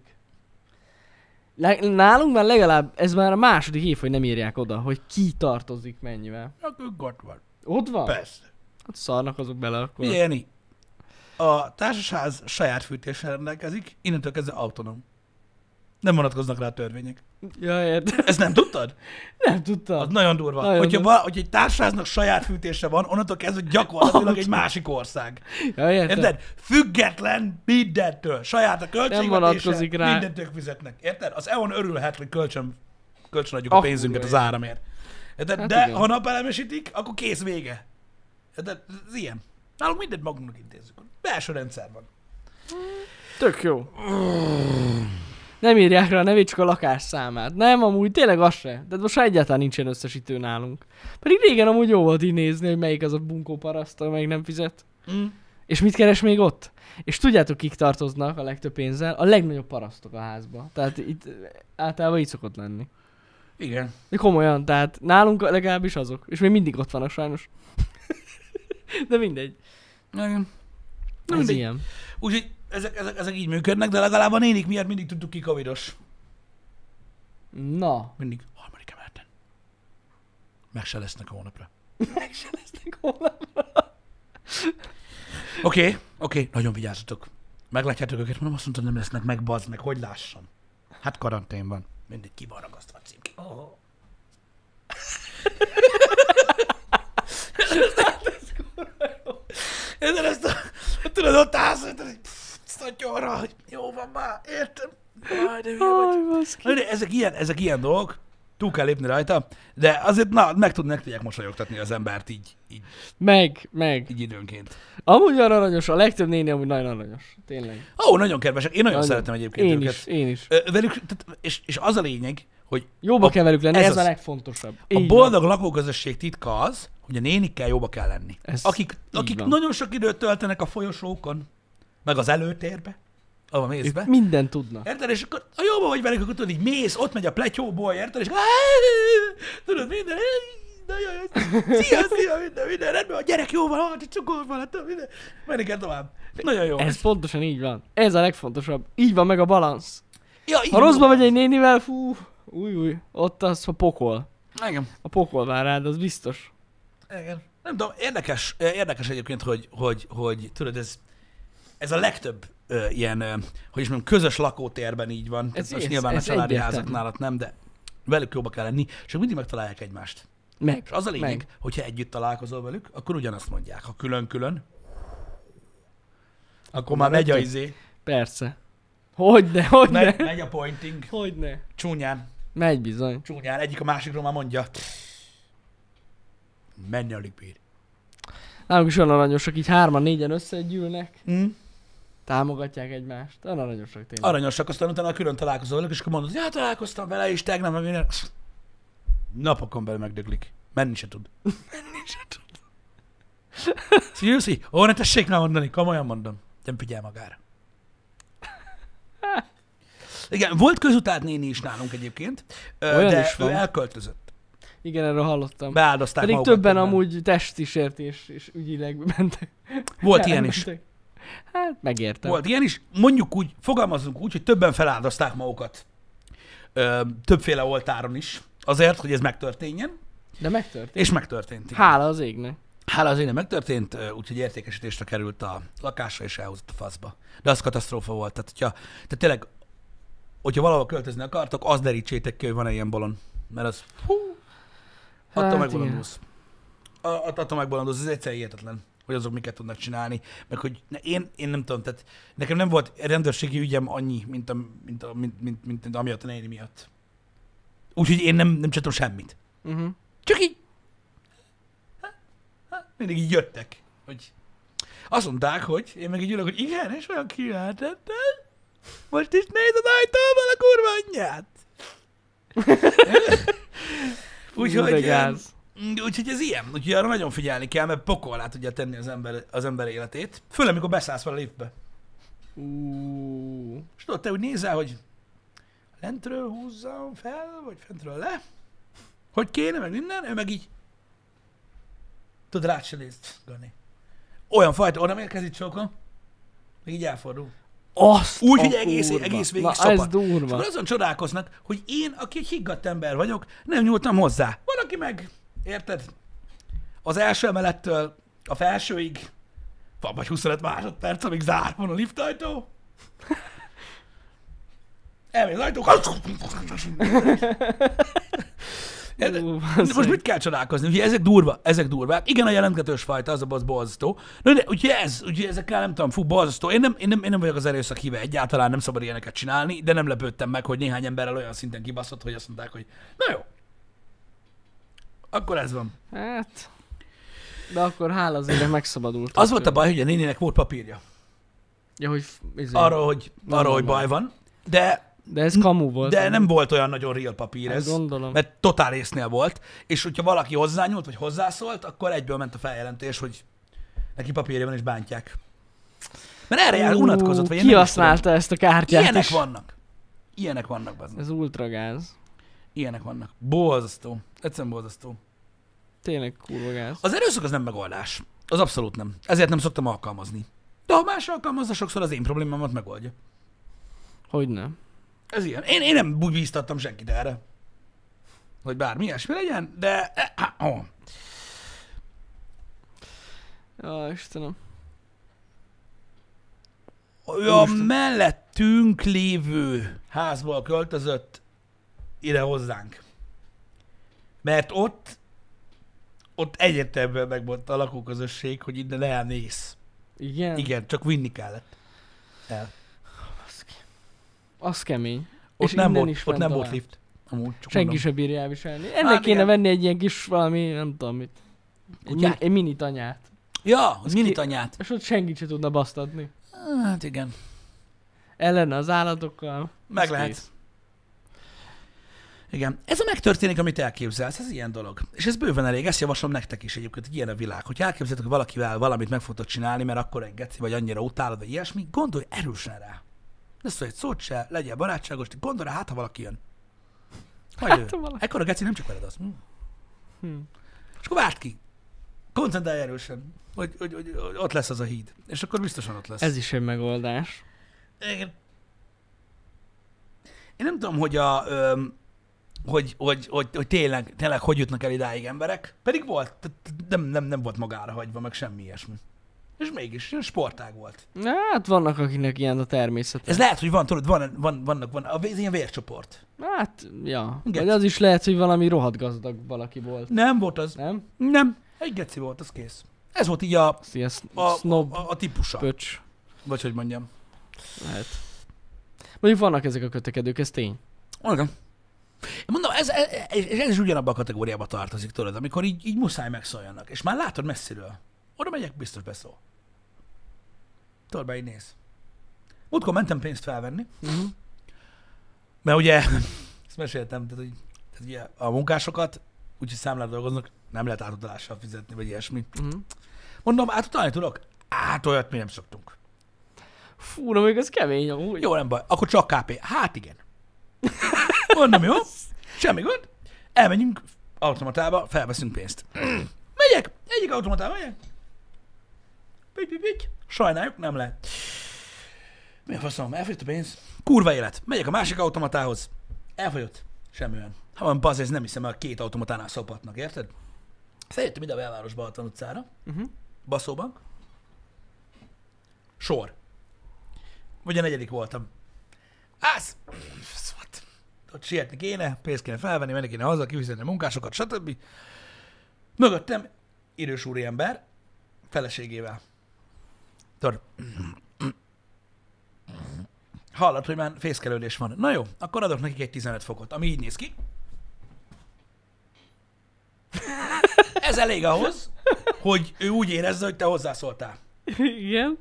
Nálunk már legalább, ez már a második év, hogy nem írják oda, hogy ki tartozik mennyivel. Akkor ott van. Ott van? Persze. Hát szarnak azok bele akkor. Jenny, a társasház saját fűtéssel rendelkezik, innentől kezdve autonóm. Nem vonatkoznak rá a törvények. Ja, értem. Ezt nem tudtad? Nem tudtam. Az nagyon durva. Hogyha egy társaságnak saját fűtése van, onnantól kezdve gyakorlatilag egy másik ország. Ja, értem. Érted? Független mindentől. Saját a költségvetése, rá. mindent ők fizetnek. Érted? Az EON örülhet, hogy kölcsön adjuk a pénzünket az áramért. Érted? Hát de igen. ha napelemesítik, akkor kész vége. Érted? Ez ilyen. Nálunk mindent magunknak intézzük. Belső rendszer van. Tök jó. Nem írják rá a nevét, csak a lakás számát. Nem, amúgy tényleg az se. De most egyáltalán nincsen összesítő nálunk. Pedig régen amúgy jó volt így nézni, hogy melyik az a bunkó parasztal, melyik nem fizet. És mit keres még ott? És tudjátok, kik tartoznak a legtöbb pénzzel? A legnagyobb parasztok a házba. Tehát itt általában így szokott lenni. Igen. De komolyan, tehát nálunk legalábbis azok. És még mindig ott vannak sajnos. De mindegy. Igen. Ez ilyen. Úgyhogy ezek így működnek, de legalább a nénik miatt mindig tudtuk ki covidos. Na. Mindig. Harmadik emeleten. Meg se lesznek a hónapra. Meg se lesznek hónapra. Oké. Nagyon vigyázzatok. Meglátjátok őket, mondom, azt mondtad, nem lesznek meg, bazd meg, hogy lássam. Hát karantén van. Mindig ki van ragasztva a címki. Tudod, ott állsz, hogy szatyorra, hogy jó van már, értem. Jaj, de vagy. Ezek ilyen dolgok, túl kell lépni rajta, de azért meg tudják mosolyogtatni az embert így Meg. így időnként. Amúgy olyan aranyos, a legtöbb néni amúgy nagyon aranyos. Tényleg. Nagyon kedvesek, én nagyon szeretem egyébként őket. Én is. Velük, és az a lényeg, hogy jóba kell velük lenni, ez a legfontosabb. A boldog lakóközösség titka az, hogy a nénikkel jóba kell lenni. Akik nagyon sok időt töltenek a folyosókon, meg az előtérbe, ahova mész be. Mindent tudnak. Érted? És akkor, ha jóban vagy velük, akkor tudod, így mész, ott megy a pletyóból, érted? És tudod, minden, szia, minden rendben, a gyerek jó van, cukor van, minden. Menni kell tovább. Nagyon jó. Ez pontosan így van. Ez a legfontosabb. Így van meg a balansz. Ja, ha rosszba vagy egy nénivel, új, ott az a pokol. Igen. A pokol vár rád, az biztos. Igen. Nem tudom, érdekes egyébként, hogy tudod, ez a legtöbb ilyen, hogy is mondjam, közös lakótérben így van. Ez nyilván a családi házaknál nem, de velük jóba kell lenni, csak mindig megtalálják egymást. És az a lényeg, hogyha együtt találkozol velük, akkor ugyanazt mondják. Ha külön-külön, akkor már megy a izé. Persze. Hogyne. Megy a pointing. Hogyne. Csúnyán. Megy bizony. Csúnyán. Egyik a másikról már mondja. Menj alig bír. Nálunk is olyan aranyosak, így 3-4-en összegyűlnek. Támogatják egymást. Olyan aranyosak tényleg. Aranyosak, aztán utána külön találkozol velük, és akkor mondod, ja, találkoztam vele is tegnap, meg minden. Napokon belül megdöglik. Menni se tud. Szívőszi? Ó, ne tessék már mondani, komolyan mondom. Nem figyel magára. Igen, volt közutált néni is nálunk egyébként, de ő elköltözött. Igen, erről hallottam. Beáldozták pedig többen amúgy testkísértés és ügyileg mentek. Volt ilyen is. Hát, megértem. Volt ilyen is. Mondjuk úgy, fogalmazunk úgy, hogy többen feláldozták magukat többféle oltáron is, azért, hogy ez megtörténjen. De megtörtént. És megtörtént. Igen. Hála az égnek. Hála az égnek megtörtént, úgyhogy értékesítésre került a lakásra, és elhozott a faszba. De az katasztrófa volt. Tehát tényleg, hogyha valahol költözni akartok, az derítsétek ki, hogy van-e ilyen bolond. Mert az... Attól megbolondulsz. Attól megbolondulsz, ez egyszerűen hihetetlen, hogy azok miket tudnak csinálni. Meg hogy én nem tudom, tehát nekem nem volt rendőrségi ügyem annyi, mint amiatt a néni miatt. Úgyhogy én nem csináltam semmit. Csak így mindig így jöttek, hogy azt mondták, hogy én meg így ülök, hogy igen, és olyan kiáltottam, most is néz az ajtóban a kurva anyját. Úgyhogy ez ilyen. Úgyhogy arra nagyon figyelni kell, mert pokolá tudja tenni az ember életét. Főleg, amikor beszállsz fel a liftbe. És tudod, te úgy nézel, hogy lentről húzzam fel, vagy fentről le? Hogy kéne, meg minden? Ő meg így tudod, rád se nézd, Gani. Olyan fajta, oda miért kezdít csókom? Meg így elfordul. Úgy, hogy egész végig szopat. Ez durva. És akkor azon csodálkoznak, hogy én, aki egy higgadt ember vagyok, nem nyúltam hozzá. Valaki meg, érted? Az első emelettől a felsőig van vagy 25 másodperc, amíg zár van a liftajtó. Elmény az ajtó. Most mit kell csodálkozni? Ugye ezek durvák. Igen, a jelentgetős fajta, az borzasztó. De ugye ezekkel nem tudom, borzasztó. Én nem vagyok az erőszak híve, egyáltalán nem szabad ilyeneket csinálni, de nem lepődtem meg, hogy néhány emberrel olyan szinten kibaszott, hogy azt mondták, hogy na jó. Akkor ez van. Hát, de akkor hála az égnek megszabadult. Az volt a baj, hogy a néninek volt papírja. Ja, hogy arról, hogy baj van, de ez kamu volt. De nem volt olyan nagyon real papír ez, gondolom. Mert totál észnél volt, és hogyha valaki hozzányúlt, vagy hozzászólt, akkor egyből ment a feljelentés, hogy neki papírja van, és bántják. Mert erre jár unatkozott, vagy én kihasználta ezt a kártyát. Ilyenek vannak. Bazdmeg. Ez ultragáz. Ilyenek vannak. Borzasztó. Egyszerűen borzasztó. Tényleg kurva gáz. Az erőszak az nem megoldás. Az abszolút nem. Ezért nem szoktam alkalmazni. De ha más alkalmazza, sokszor az én problémámat megoldja. Hogy nem? Ez ilyen. Én nem bíztattam senkit erre, hogy bármi ilyesmi legyen, de... Ja, Istenem. A mellettünk lévő házból költözött ide hozzánk. Mert ott egyértelműen megmondta a lakóközösség, hogy innen elmész. Igen? Igen, csak vinni kellett el. Az kemény. Ott nem volt lift. Amúgy, senki se bírja elviselni. Ennek kéne venni egy ilyen kis valami, nem tudom mit. Egy mini tanyát. Ja, az mini tanyát. És ott senkit se tudna basztatni. Hát igen. Ellene az állatokkal. Meg lehet. Kész. Igen. Ez a megtörténik, amit elképzelsz, ez ilyen dolog. És ez bőven elég, ezt javaslom nektek is egyébként, hogy ilyen a világ. Hogy elképzeltek, hogy valakivel valamit meg fogtok csinálni, mert akkor egy geci, vagy annyira utálod, vagy ilyesmi, gondolj erősen rá. Ne szólj egy szót se, legyél barátságos, gondolj rá, hát ha valaki jön. Ekkor a geci nem csak veled az. És akkor várd ki. Koncentrálj erősen, hogy ott lesz az a híd. És akkor biztosan ott lesz. Ez is egy megoldás. Igen. Én nem tudom, hogy hogy tényleg hogy jutnak el idáig emberek. Pedig volt, nem volt magára hagyva, meg semmi ilyesmi. És mégis, sportág volt. Hát vannak, akinek ilyen a természet. Ez lehet, hogy van, tudod, van ez ilyen vércsoport. Hát, ja. Vagy az is lehet, hogy valami rohadt gazdag valaki volt. Nem volt az. Nem? Nem. Egy geci volt, az kész. Ez volt így a típusa. Pöcs. Vagy hogy mondjam. Lehet. Mondjuk vannak ezek a kötekedők, ez tény. Olyan. Mondom, ez is ugyanabban a kategóriába tartozik, tudod, amikor így muszáj megszóljanak. És már látod messziről. Oda megyek, biztos beszól. Tudod, be így néz. Múltkor mentem pénzt felvenni, mert ugye, ezt meséltem, tehát ugye a munkásokat, úgyhogy számlát dolgoznak, nem lehet átutalással fizetni, vagy ilyesmi. Mondom, átutalni tudok? Hát olyat mi nem szoktunk. Fú, na még ez kemény amúgy. Jó, nem baj. Akkor csak KP. Hát igen. Mondom, jó? Semmi gond. Elmegyünk automatába, felveszünk pénzt. Megyek. Egyik automatába megyek. Sajnáljuk, nem lehet. Mi a faszom? Elfogyott a pénz? Kurva élet. Megyek a másik automatához. Elfogyott. Semmi olyan. Ha van ez nem hiszem, mert a két automatánál szopatnak, érted? Feljöttem ide a belvárosba, Balaton utcára. Baszóbank. Sor. Vagy a negyedik voltam. Ász! Ott sietni kéne, pénzt kéne felvenni, menni kéne haza, kifizetni a munkásokat, stb. Mögöttem idős úriember, feleségével. Tudod, hallod, hogy már fészkelődés van. Na jó, akkor adok nekik egy 15 fokot, ami így néz ki. Ez elég ahhoz, hogy ő úgy érezze, hogy te hozzászóltál. Igen.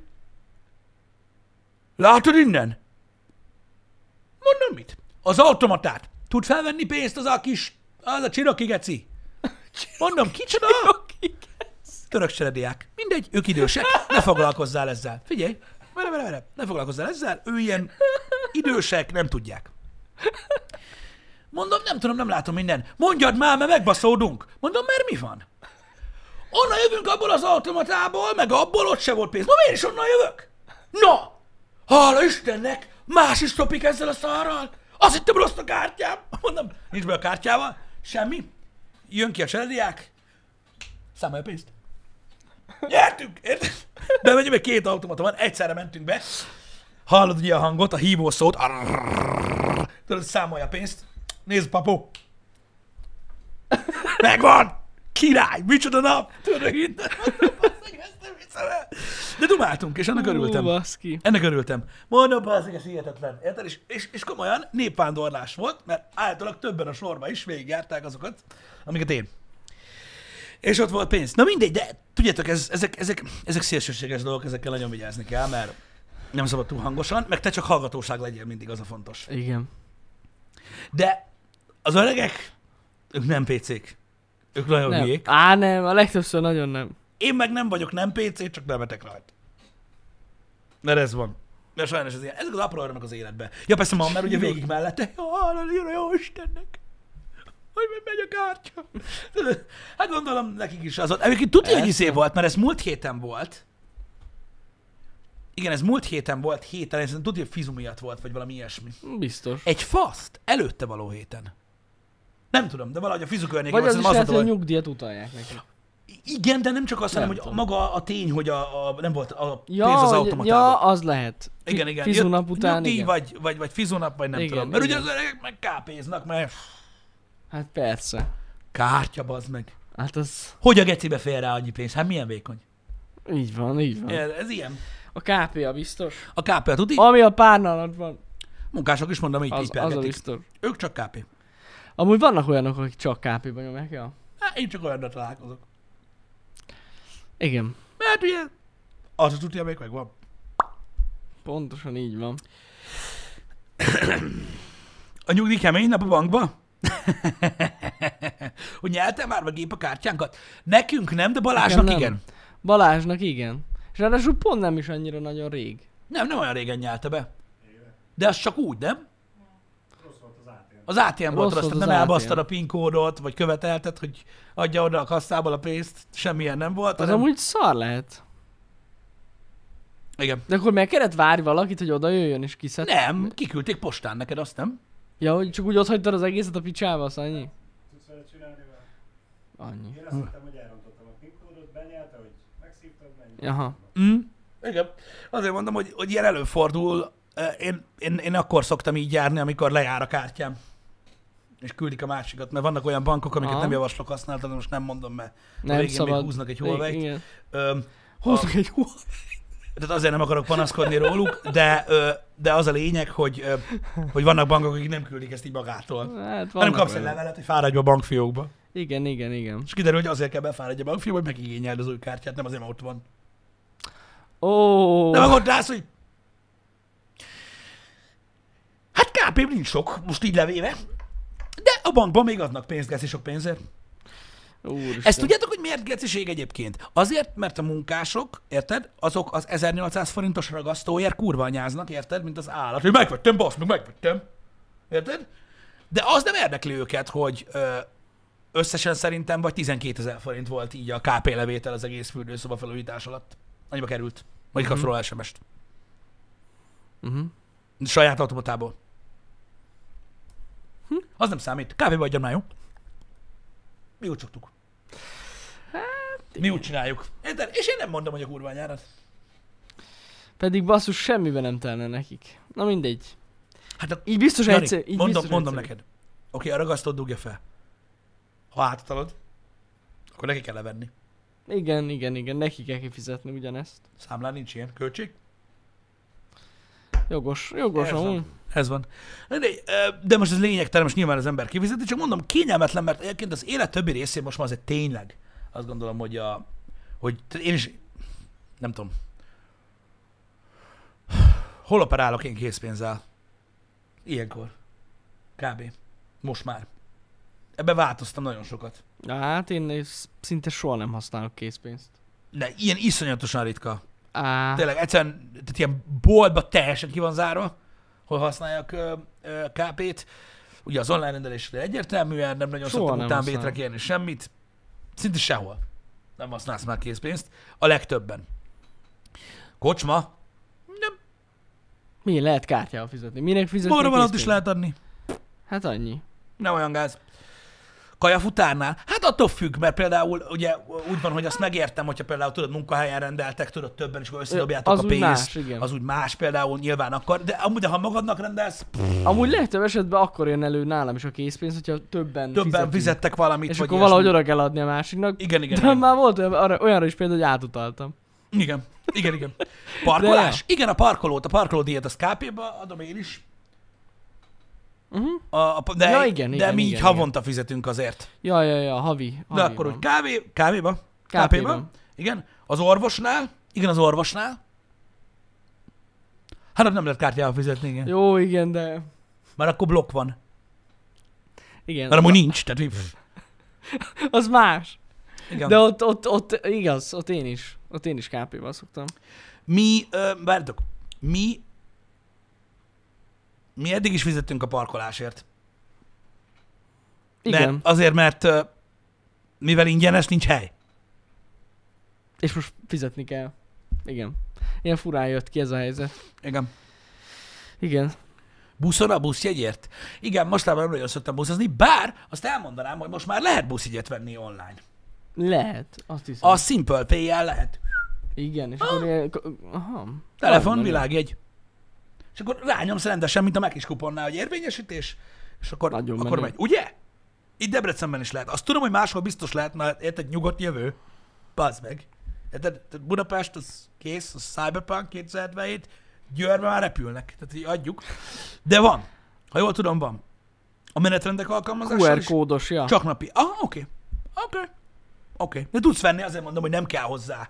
Látod innen? Mondom mit? Az automatát. Tud felvenni pénzt az a Cherokee geci? Mondom, kicsoda? Török cserediák. Mindegy, ők idősek, ne foglalkozzál ezzel. Figyelj, vele, ne foglalkozzál ezzel, ő ilyen idősek, nem tudják. Mondom, nem tudom, nem látom minden. Mondjad már, mert megbaszódunk. Mondom, mert mi van? Onnan jövünk abból az automatából, meg abból ott se volt pénz. Mondom, én is onnan jövök. No! Hála Istennek, más is topik ezzel a szarral. Azt hittem rossz a kártyám. Mondom, nincs be a kártyával. Semmi. Jön ki a cserediák. Számolja a pénzt. Nyertünk, érted? Bemegyünk, meg két automata van, egyszerre mentünk be. Hallod ugye a hangot, a hívószót. Tudod, számolja a pénzt. Nézd, papu. Megvan! Király! Micsoda nap! Tudod, innen. De dumáltunk, és ennek örültem. Baszki. Ennek örültem. Mondom, bazdmeg, ez hihetetlen. Érted? És komolyan népvándorlás volt, mert általában többen a sorba is végigjárták azokat, amiket én. És ott volt pénz. Na mindegy, de tudjátok, ezek szélsőséges dolgok, ezekkel nagyon vigyázni kell, mert nem szabad túl hangosan, meg te csak hallgatóság legyél, mindig az a fontos. Igen. De az öregek, ők nem PC-k. Ők nagyon hülyék. Nem, a legtöbbször nagyon nem. Én meg nem vagyok nem PC, csak nevetek rajta. Mert ez van. Mert sajnos ez ilyen. Ezek az apró örömök az életben. Ja persze ma, mert ugye végig mellette. Jó Istennek. Hogy megy a kártya. Hát gondolom nekik is az volt. Egyébként tudja, hogy izé volt, mert ez múlt héten volt. Igen, ez múlt héten volt, héten, tudja, hogy fizu miatt volt, vagy valami ilyesmi. Biztos. Egy faszt előtte való héten. Nem tudom, de valahogy a fizu környékén vagy az is lehet, hogy a nyugdíjat utalják neki. Igen, de nem csak azt, hanem, hogy maga a tény, hogy nem volt a pénz az automatában. Ja, az lehet. Igen. Fizunap után, nyugdíj, igen. Vagy fizunap, vagy nem igen, tudom. Mert igen. ugye az öregek meg kápéznak, mert... Hát persze. Kártya, bazd meg. Hát az... Hogy a gecibe fél rá annyi pénz? Hát milyen vékony? Így van. Ez ilyen. A KP-a biztos. A KP-a tudni? Ami a párna alatt van. Munkások is mondom, így az a biztos. Ők csak KP. Amúgy vannak olyanok, akik csak KP-ba nyomják, ja? Hát én csak olyanra találkozok. Igen. Mert ugye, az a tudja, még megvan. Pontosan így van. A nyugdíj kemény nap a bankba? Hogy nyeltem már meg a kártyánkat? Nekünk nem, de Balázsnak nem. igen. Balázsnak igen. És ráadásul pont nem is annyira nagyon rég. Nem olyan régen nyelte be. De az csak úgy, nem? Az ATM volt rossz, nem elbasztad a PIN kódot, vagy követelted, hogy adja oda a kasszából a pénzt, semmilyen nem volt. Az amúgy szar lehet. Igen. De akkor meg kellett várni valakit, hogy oda jöjjön és kiszed? Nem, kiküldték postán neked, azt nem? Ja, hogy csak úgy ott hagytad az egészet a picsába, az annyi? Tudsz vele csinálni vele? Annyi. Én azt hittem, hogy elrontottam a PIN kódot, benyelte, hogy megszívtad, menj. Aha. Igen. Azért mondom, hogy ilyen előfordul. Én akkor szoktam így járni, amikor lejár a kártyám. És küldik a másikat, mert vannak olyan bankok, amiket nem javaslok használni, de most nem mondom, mert Nem a végén szabad. még húznak egy Huawei-t. Igen. Húznak egy Huawei. Tehát azért nem akarok panaszkodni róluk, de az a lényeg, hogy vannak bankok, akik nem küldik ezt így magától. Hát Hanem kapsz egy levelet, hogy fáradj be a bankfiókba. Igen. És kiderül, hogy azért kell befáradj a bankfiókba, hogy megigényeld az új kártyát, nem azért, mert ott van. Ó. De meg ott állsz, hogy hát kp nincs sok, most így levéve. De a bankban még adnak pénzt, geci sok pénzért. Úristen. Ezt tudjátok, hogy miért geciség egyébként? Azért, mert a munkások, érted, azok az 1800 forintos ragasztóért kurva anyáznak, érted, mint az állat. Hogy megvettem, bassz, meg megvettem. Érted? De az nem érdekli őket, hogy összesen szerintem vagy 12 000 forint volt így a KP levétel az egész fürdőszoba felújítás alatt. Annyiba került. Vagy kapsz róla SMS-t. Saját automatából. Az nem számít. Kávéba adjam már, jó? Mi úgy szoktuk. Mi úgy csináljuk. Érted? És én nem mondom, hogy a kurva anyárat. Pedig basszus semmiben nem telne nekik. Na mindegy. Hát Így biztos Jani, egyszer. Így mondom biztos neked. Oké, a ragasztót dugja fel. Ha átutalod, akkor neki kell levenni. Igen, neki kell kifizetni ugyanezt. Számlán nincs ilyen költség. Jogos Ez amúgy. van. Ez van. De most ez lényegtelen, most nyilván az ember kifizeti, csak mondom, kényelmetlen, mert egyébként az élet többi részén most már azért tényleg azt gondolom, hogy én is, nem tudom, hol operálok én készpénzzel? Ilyenkor. Kb. Most már. Ebben változtam nagyon sokat. Hát én szinte soha nem használok készpénzt. De ilyen iszonyatosan ritka. Á, Tényleg egyszerűen, tehát ilyen boltba teljesen ki van zárva, hogy használjak KP-t. Ugye az online rendelésre egyértelműen, nem nagyon Soha szoktam nem utánbétre használom. kérni semmit. Szinte sehol. Nem használsz már készpénzt. A legtöbben. Kocsma. Nem. mi lehet kártyával fizetni? Minek fizetni Borra van ott is készpénzt? lehet adni. Hát annyi. Nem olyan gáz. Kajafutárnál? Hát attól függ, mert például ugye úgy van, hogy azt megértem, hogyha például tudod, munkahelyen rendeltek, tudod többen, és akkor összedobjátok Az a úgy pénzt. más, igen. Az úgy más például nyilván akar, de amúgy, ha magadnak rendelsz, Amúgy legtöbb esetben akkor jön elő nálam is a készpénz, hogyha többen fizetünk. fizettek valamit, És vagy akkor ilyesmi. valahogy oda kell adni a másiknak. Igen. De már volt olyanra is például, hogy átutaltam. Igen. Parkolás? Igen, a parkolódíjat azt KP-ba adom én is. De, Ja, igen, de igen, mi így igen, havonta fizetünk azért. Ja, havi De akkor, hogy van. kávéba? KP-ban. Igen. Az orvosnál? Hát ott nem lehet kártyával fizetni, igen. Jó, igen, de... Mert akkor blokk van. Igen. Mert amúgy nincs, tehát Az más. igen. De ott igaz, ott én is KP-val szoktam. Várjatok, mi eddig is fizettünk a parkolásért. Igen. Mert mivel ingyenes, nincs hely. És most fizetni kell. Igen. Ilyen furán jött ki ez a helyzet. Igen. Igen. Buszon a buszjegyért? Igen, mostában nem nagyon szoktam buszozni, bár azt elmondanám, hogy most már lehet buszjegyet venni online. Lehet, azt hiszem. A Simple Pay-jel lehet. Igen, és akkor ilyen... Aha. Telefon, Nagyon világjegy. És akkor rányomsz rendesen, mint a Mac is kuponnál, hogy érvényesítés, és akkor Nagyon megy. menő. Ugye? Itt Debrecenben is lehet. Azt tudom, hogy máshol biztos lehet, mert érted, nyugodt jövő. Bazd meg. Érted? Tehát Budapest, az kész, az Cyberpunk 2077, Győrbe már repülnek. Tehát így adjuk. De van. Ha jól tudom, van. A menetrendek alkalmazása QR is kódos, ja. csak napi. Oké. De tudsz venni, azért mondom, hogy nem kell hozzá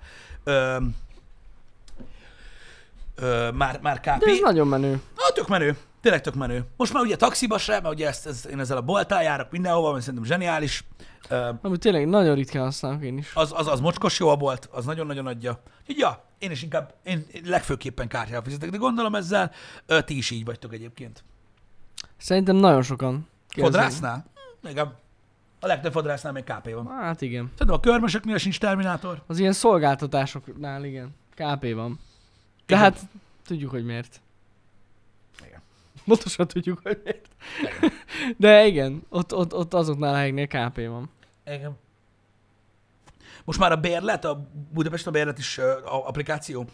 már KP. De ez nagyon menő. Tök menő. Tényleg tök menő. Most már ugye taxiba sem, mert ugye én ezzel a bolttal járok mindenhova, mert szerintem zseniális. Ami tényleg nagyon ritkán használok én is. Az mocskos jó a bolt, az nagyon-nagyon adja. Úgyhogy ja, én legfőképpen kártyával fizetek, de gondolom ezzel ti is így vagytok egyébként. Szerintem nagyon sokan. Fodrásznál? Igen. A legtöbb fodrásznál még KP van. Hát igen. Szerintem a körmösöknél sincs terminátor. Az ilyen szolgáltatásoknál igen. KP van. De Igen. hát tudjuk, hogy miért. Igen. Pontosan tudjuk, hogy miért. De igen, ott azoknál a helyeknél KP van. Igen. Most már a bérlet, a Budapest a bérlet is applikáció?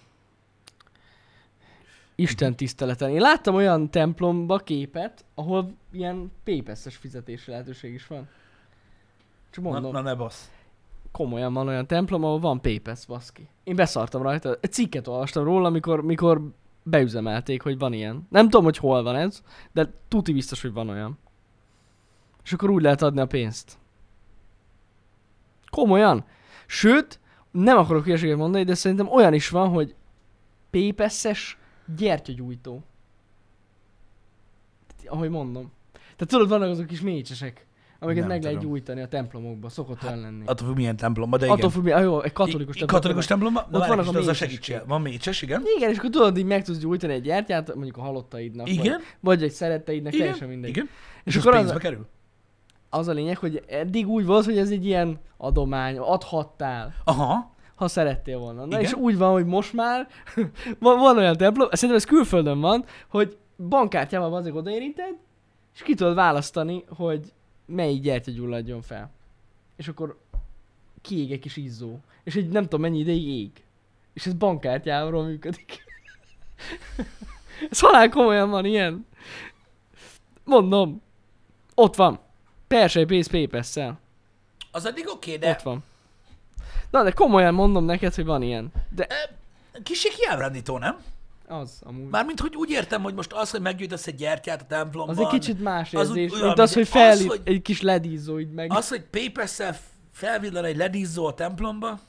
Isten tiszteleten. Én láttam olyan templomba képet, ahol ilyen PayPass-es fizetési lehetőség is van. Csak mondom. Na ne bassz. Komolyan van olyan templom, ahol van PayPass, baszki. Én beszartam rajta. Egy cikket olvastam róla, mikor beüzemelték, hogy van ilyen. Nem tudom, hogy hol van ez, de tuti biztos, hogy van olyan. És akkor úgy lehet adni a pénzt. Komolyan. Sőt, nem akarok hülyeséget mondani, de szerintem olyan is van, hogy PayPass-es gyertyagyújtó. Ahogy mondom. Tehát tudod, vannak azok kis mécsesek, amiket Nem meg lehet tudom. gyújtani a templomokba. Szokott olyan lenni. Attól függ milyen templomba, de igen. Attól függ, jó, egy katolikus templomban. Katolikus templomban? Ott vannak a az a mécses segítsél. képek. Van mécses, igen. Igen, és akkor tudod, így meg tudsz gyújtani egy gyertyát, mondjuk a halottaidnak. Igen. Vagy egy szeretteidnek, Igen. teljesen mindegy. Igen. És És akkor az az, pénzbe kerül? az a lényeg, hogy eddig úgy volt, hogy ez egy ilyen adomány, adhattál, Aha. ha szerettél volna. Na Igen. és úgy van, hogy most már van olyan templom, szerintem ez külföldön van, hogy bankkártyával azért odaérinted, és ki tudod választani, hogy melyik gyertya gyulladjon fel. És akkor kiég egy kis izzó. És egy nem tudom mennyi ideig ég. És ez bankkártyáról működik. Ez halál komolyan van ilyen. Mondom. Ott van. Persely pénz PayPass-szel. Az addig oké, de Ott van. Na de komolyan mondom neked, hogy van ilyen. De kicsi kiábrándító, nem? az amúgy. Mármint, hogy úgy értem, hogy most az, hogy meggyújtasz egy gyertyát a templomban. Az egy kicsit más az úgy érzés, olyan, mint az, hogy mint az, hogy- egy kis ledízzó így meg. Az, hogy PayPass-szel felvillan egy ledízzó a templomba,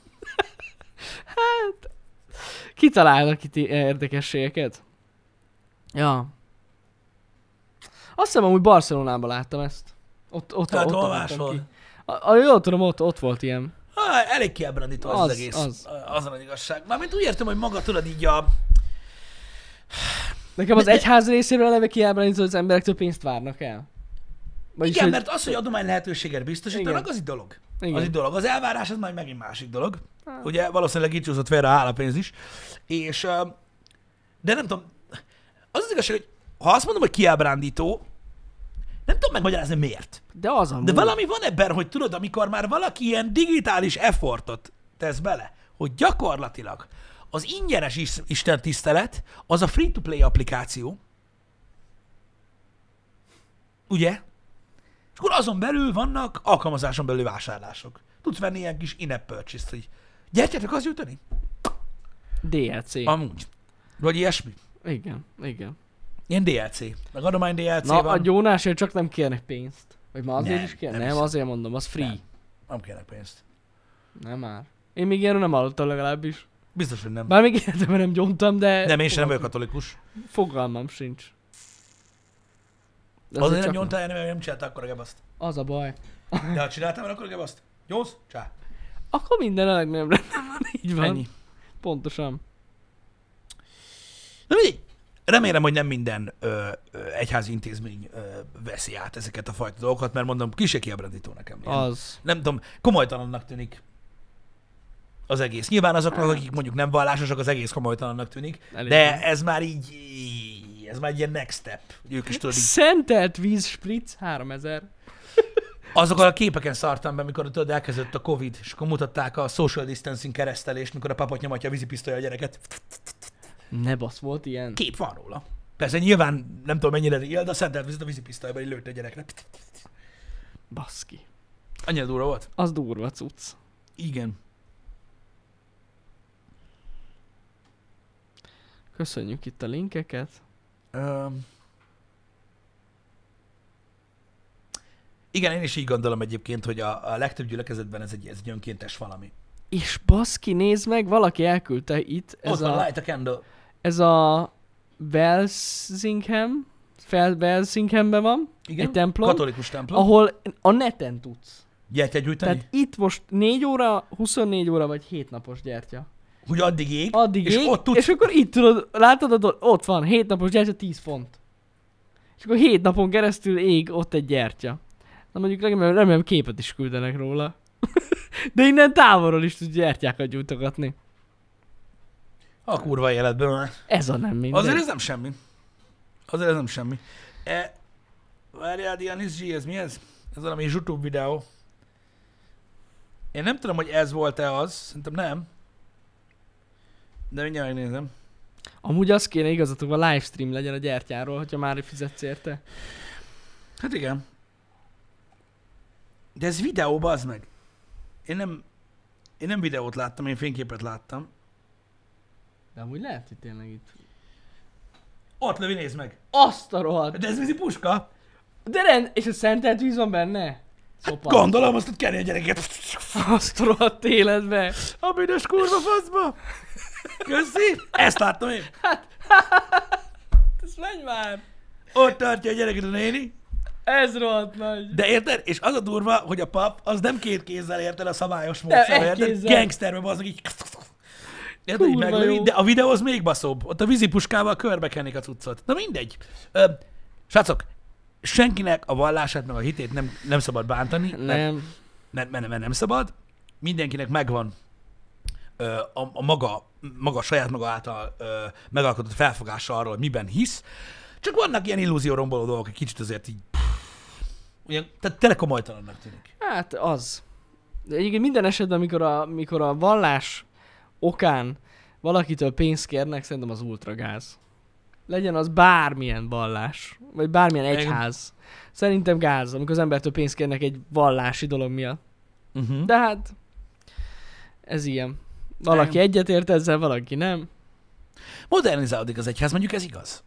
Kitalálnak itt érdekességeket. Ja. Azt hiszem, amúgy Barcelonában láttam ezt. Ott tehát hol akartam máshol. ki. Jól tudom, ott volt ilyen. Elég kiábrándító az egész. Az a igazság. Mármint úgy értem, hogy maga tudod így a... Nekem az egyház részéről eleve kiábrándító, hogy az emberektől pénzt várnak el. Vagyis, Igen, hogy... mert az, hogy adomány lehetőséget biztosítanak, Igen. az egy dolog. Igen. Az egy dolog. Az elvárás az majd megint másik dolog. Ugye valószínűleg így csúszott félre a hálapénz is. És, de nem tudom, az igazság, hogy ha azt mondom, hogy kiábrándító, nem tudom megmagyarázni miért. De az amúgy. De valami van ebben, hogy tudod, amikor már valaki ilyen digitális effortot tesz bele, hogy gyakorlatilag az ingyenes istentisztelet az a free-to-play applikáció. Ugye? És akkor azon belül vannak alkalmazáson belül vásárlások. Tudsz venni ilyen kis in-app purchase-t, hogy gyertyetek az jutani? DLC. Amúgy. Vagy ilyesmi. Igen. Ilyen DLC. Meg adomány DLC Na, a van. gyónásért csak nem kérnek pénzt. Vagy már azért Nem, is kér? nem Nem, hiszem. azért mondom, az free. Nem kérnek pénzt. Nem már. Én még ilyenről nem hallottam legalábbis. Biztos, hogy nem. Bár még életemben nem gyóntam, de... Nem, én sem vagyok katolikus. Fogalmam sincs. De Azért csak nem nyomtál, mert nem csinálta akkor a gebaszt. Az a baj. De ha csináltam, akkor a gebaszt. Nyolc? Csá. Akkor minden a legnagyobb rendben van, így van. Ennyi. Pontosan. Na mindegy. Remélem, hogy nem minden egyházi intézmény veszi át ezeket a fajta dolgokat, mert mondom, kicsit kiábrándító nekem. Ilyen. Az. Nem tudom, komolytalannak tűnik az egész. Nyilván azoknak, akik mondjuk nem vallásosak, az egész komolytalannak tűnik, Elég de van. ez már így, ez már egy ilyen next step. Hogy ők is tudod, így, Szentelt víz spritz 3000. azokkal a képeken szartam be, mikor tudod, elkezdődött a Covid, és akkor mutatták a social distancing keresztelést, mikor a papot nyomatja a vízipisztolya a gyereket. Ne basz, volt ilyen. Kép van róla. Persze nyilván nem tudom mennyire real, de a szentelt vizet a vízipisztolyba így lőtt a gyerekre. Baszki. Annyira durva volt. Az durva cucc. Igen. Köszönjük itt a linkeket. Igen, én is így gondolom egyébként, hogy a legtöbb gyülekezetben ez egy önkéntes valami. És baszki, nézd meg, valaki elküldte itt Ott van, light a candle. ez a Walsingham, Welsinghamben van, Igen? egy templom, Katolikus templom. ahol a neten tudsz. Gyertyát gyújtani? Tehát itt most 4 óra, 24 óra vagy 7 napos gyertya. Hogy addig ég, Addig és ég, ott tudsz... és akkor itt tudod, látod, ott van, 7 napos gyertya, 10 font. És akkor 7 napon keresztül ég ott egy gyertya. Na mondjuk remélem képet is küldenek róla. De innen távolról is tudsz gyertyákat gyújtogatni. A kurva életben már. Ez a nem mindegy. Azért ez nem semmi. Azért ez nem semmi. Várjál, Dianis G, ez mi ez? Ez valami YouTube videó. Én nem tudom, hogy ez volt-e az. Szerintem nem. De mindjárt megnézem. Amúgy az kéne igazatokban livestream legyen a gyertyáról, hogyha már fizetsz érte. Hát igen. De ez videó, bazd meg. Én nem videót láttam, én fényképet láttam. De amúgy lehet, hogy tényleg itt... Ott Lövi, nézd meg! Azt a rohadt! De ez vízi puska? De és a szentelt víz van benne? Hát gondolom, azt ott kenni a gyereket. Azt a rohadt életbe! A büdös kurva faszba! Köszi! Ezt láttam én. Ez menj már! Ott tartja a gyereket a néni. Ez rohadt nagy! De érted? És az a durva, hogy a pap az nem két kézzel érted a szabályos módszerrel, érted? Gangsterben az, így... Érted, így meglövi, de a videó az még baszóbb. Ott a vízipuskával körbekennék a cuccot. Na mindegy. Srácok, senkinek a vallását meg a hitét nem szabad bántani. Nem. Mert nem szabad. Mindenkinek megvan a maga saját maga által megalkotott felfogása arról, hogy miben hisz. Csak vannak ilyen illúzióromboló dolgok, egy kicsit azért így... Ugyan, tehát tényleg komolytalannak tűnik. Hát az. De egyébként minden esetben, amikor a vallás okán valakitől pénzt kérnek, szerintem az ultragáz. Legyen az bármilyen vallás, vagy bármilyen egyház. Szerintem gáz, amikor az embertől pénzt kérnek egy vallási dolog miatt. Uh-huh. De hát ez ilyen. Valaki egyetért ezzel, valaki nem. Modernizálódik az egyház, mondjuk ez igaz.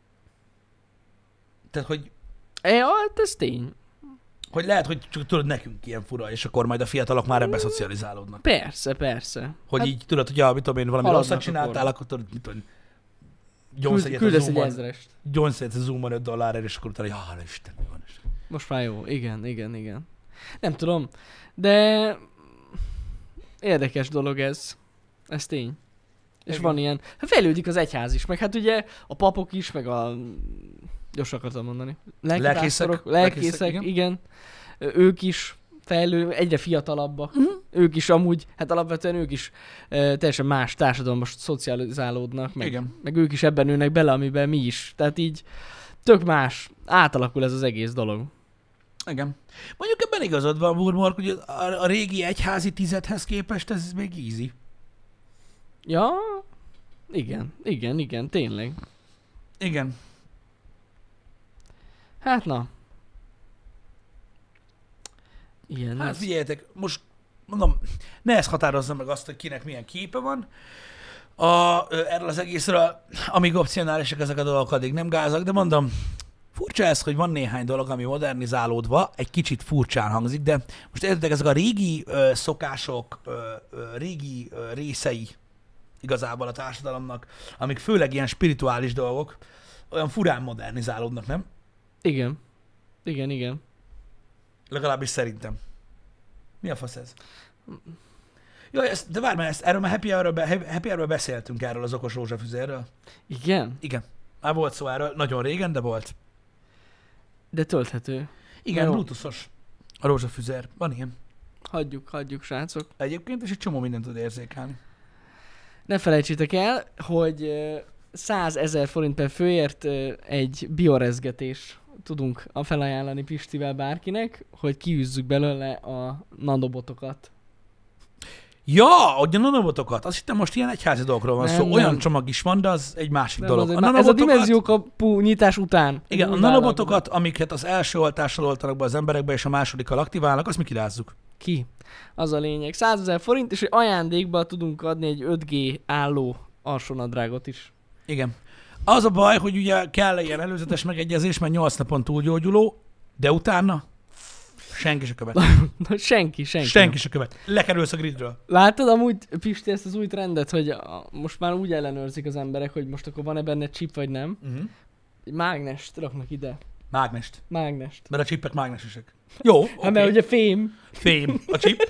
Tehát, hogy... Hát ez tény. Hogy lehet, hogy csak tudod, nekünk ilyen fura, és akkor majd a fiatalok már ebbe szocializálódnak. Persze, persze. Hogy hát így tudod, hogy mit tudom én, valami rosszat csináltál, akkor tudod, mit tudom, küldesz egy ezrest. Gyonsz egyet a Zoom-on $5, és akkor utána, hála Isten, mi van? Most már jó, igen. Nem tudom, de érdekes dolog ez. Ez tény. És igen. van ilyen, hát fejlődik az egyház is, meg hát ugye a papok is, meg a... Gyorsan akartam mondani. Lelkészek, igen. Ők is egyre fiatalabbak. Uh-huh. Ők is amúgy, hát alapvetően ők is teljesen más társadalomban szocializálódnak, meg ők is ebben nőnek bele, amiben mi is. Tehát így tök más, átalakul ez az egész dolog. Igen. Mondjuk ebben igazad van, Burmork, hogy a régi egyházi tizedhez képest ez még easy. Ja, igen, tényleg. Igen. Hát na. Ilyen hát ez. figyeljetek, most mondom, ne ezt határozza meg azt, hogy kinek milyen képe van. Erről az egészről, amíg opcionálisak ezek a dolgok, addig nem gázak, de mondom, furcsa ez, hogy van néhány dolog, ami modernizálódva, egy kicsit furcsán hangzik, de most értitek, ezek a régi szokások, régi részei igazából a társadalomnak, amik főleg ilyen spirituális dolgok, olyan furán modernizálódnak, nem? Igen. Legalábbis szerintem. Mi a fasz ez? Jaj, de várj már, erről már Happy Hour-ről beszéltünk erről az okos rózsafüzérről. Igen? Igen. Már volt szó erről, nagyon régen, de volt. De tölthető. Igen, bluetoothos a rózsafüzér. Van ilyen. Hagyjuk, srácok. Egyébként, és egy csomó mindent tud érzékelni. Ne felejtsétek el, hogy 100 000 forint per főért egy biorezgetés tudunk felajánlani Pistivel bárkinek, hogy kiűzzük belőle a nanobotokat. Ja, hogy a nanobotokat. Azt hittem, most ilyen egyházi dolgokról van szó. Olyan csomag is van, de az egy másik dolog. Ez a dimenziókapu nyitás után. Igen, a nanobotokat, amiket az első oltással oltanak be az emberekbe, és a másodikkal aktiválnak, azt mi kirázzuk. Ki? Az a lényeg. 100 000 forint, és ajándékba tudunk adni egy 5G álló alsónadrágot is. Igen. Az a baj, hogy ugye kell ilyen előzetes megegyezés, mert 8 napon túlgyógyuló, de utána senki se követ. senki se követ. Lekerülsz a gridről. Látod amúgy, Pisti, ezt az új trendet, hogy most már úgy ellenőrzik az emberek, hogy most akkor van-e benne chip, vagy nem. Uh-huh. Egy mágnest raknak ide. Mágnest. Mert a chipek mágnesesek. Jó, oké. Hát mert ugye fém. A chip.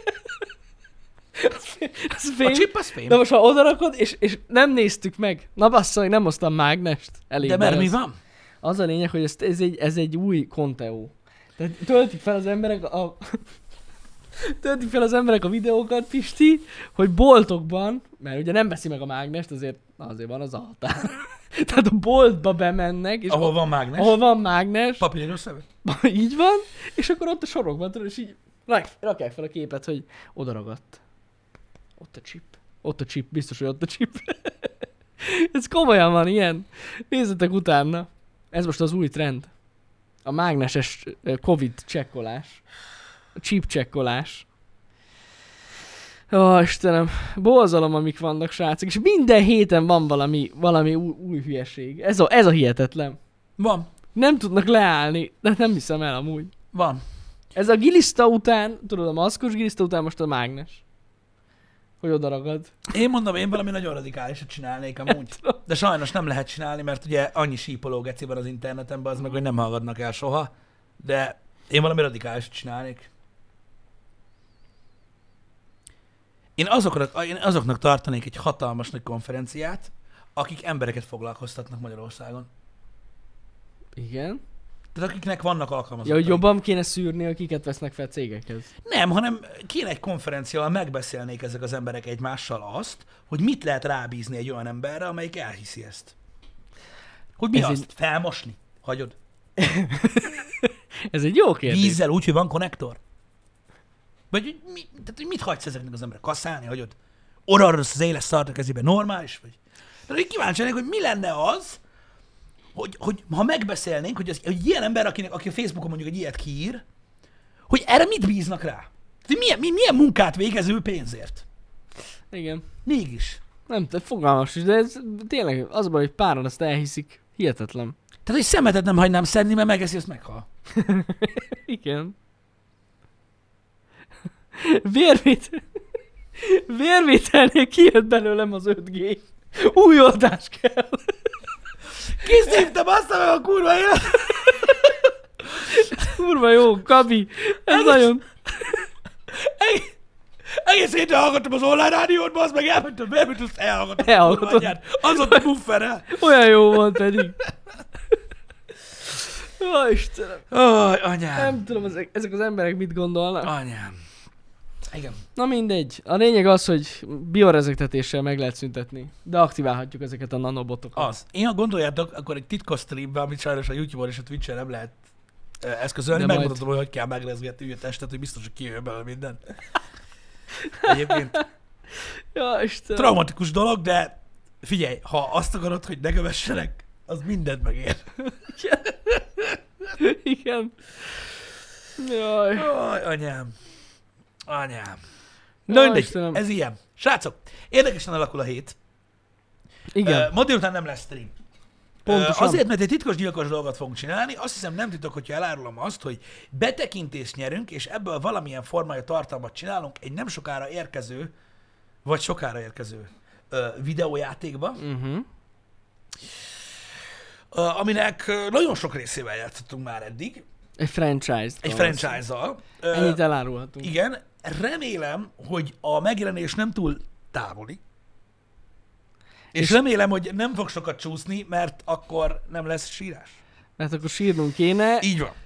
Az fém. A chip az fém. De most ha odarakod, és nem néztük meg. Na bassza, hogy nem hoztam mágnest. Elég. De mert mi van? Az a lényeg, hogy ez egy új konteó. Tehát töltik fel az emberek a videókat, Pisti, hogy boltokban, mert ugye nem veszi meg a mágnest, azért van az a határ. Tehát a boltba bemennek, és Ahol van mágnes. ahol van mágnes, Papírosszövet. így van, és akkor ott a sorokban tudod, és így rakják fel a képet, hogy oda ragadt. Ott a chip. Ott a chip, biztos, hogy ott a chip. Ez komolyan van, ilyen. Nézzetek utána. Ez most az új trend. A mágneses Covid csekkolás. A chip csekkolás. Ó, Istenem, borzalom, amik vannak, srácok, és minden héten van valami új hülyeség. Ez a hihetetlen. Van. Nem tudnak leállni, de nem hiszem el amúgy. Van. Ez a giliszta után, tudod, a maszkos giliszta után most a mágnes. Hogy oda ragad. Én mondom, én valami nagyon radikálisat csinálnék amúgy. De sajnos nem lehet csinálni, mert ugye annyi sípoló geci van az interneten, az meg, hogy nem hallgatnak el soha. De én valami radikálisat csinálnék. Én azoknak tartanék egy hatalmas nagy konferenciát, akik embereket foglalkoztatnak Magyarországon. Igen. Tehát akiknek vannak alkalmazottai. Ja, hogy jobban kéne szűrni, akiket vesznek fel cégekhez. Nem, hanem kéne egy konferencia, ahol megbeszélnék ezek az emberek egymással azt, hogy mit lehet rábízni egy olyan emberre, amelyik elhiszi ezt. Hogy mi Ez azt? Felmosni? Hagyod? Ez egy jó kérdés. Vízzel úgy, hogy van konnektor? Vagy hogy mit hagysz ezeknek az emberek? Kasszálni, hagyod? Oda rossz az éles szart a kezébe. Normális vagy? Tehát én kíváncsi lennék, hogy mi lenne az, hogy ha megbeszélnénk, hogy ilyen ember, aki a Facebookon mondjuk egy ilyet kiír, hogy erre mit bíznak rá? Milyen munkát végez ő pénzért? Igen. Mégis. Nem tudom, fogalmas is, de ez tényleg az a baj, hogy páran azt elhiszik. Hihetetlen. Tehát, hogy szemetet nem hagynám szedni, mert megeszi, azt meghal. Igen. Vérvételnél kijött belőlem az 5G. Új oldás kell. Kiszívtam azt meg a kurva élet. Kurva jó, Gabi. Ez nagyon... Egész héten hallgattam az online rádiót, az meg elmentem, azt elhallgattam. Elhallgatod. Az ott a bufferrel. Olyan jó volt pedig. Ó, Istenem. Aj, anyám. Nem tudom, ezek az emberek mit gondolnak. Anyám. Igen. Na mindegy. A lényeg az, hogy biorezegtetéssel meg lehet szüntetni. De aktiválhatjuk ezeket a nanobotokat. Az. Én, ha gondoljátok, akkor egy titkos streamben, amit sajnos a YouTube-on és a Twitch-en nem lehet eszközölni, De megmutatom, hogy kell megrezgetni a testet, hogy biztos, hogy kijön belőle minden. Egyébként Ja, Istenem. traumatikus dolog, de figyelj, ha azt akarod, hogy ne kövessenek, az mindent megér. Igen. Jaj. Jaj, anyám. Anyám. Jaj, Na mindegy, Istenem. ez ilyen. Srácok, érdekesen alakul a hét. Igen. Ma délután nem lesz stream. Pontosan. Azért, mert egy titkos gyilkos dolgot fogunk csinálni, azt hiszem nem titok, hogyha elárulom azt, hogy betekintést nyerünk, és ebből valamilyen formája tartalmat csinálunk egy nem sokára érkező, vagy sokára érkező videójátékba, aminek nagyon sok részével játszottunk már eddig. Egy franchise. Egy franchise-zal. Ennyit elárulhatunk. Igen, remélem, hogy a megjelenés nem túl távoli. És remélem, hogy nem fog sokat csúszni, mert akkor nem lesz sírás. Mert akkor sírnunk kéne. Így van.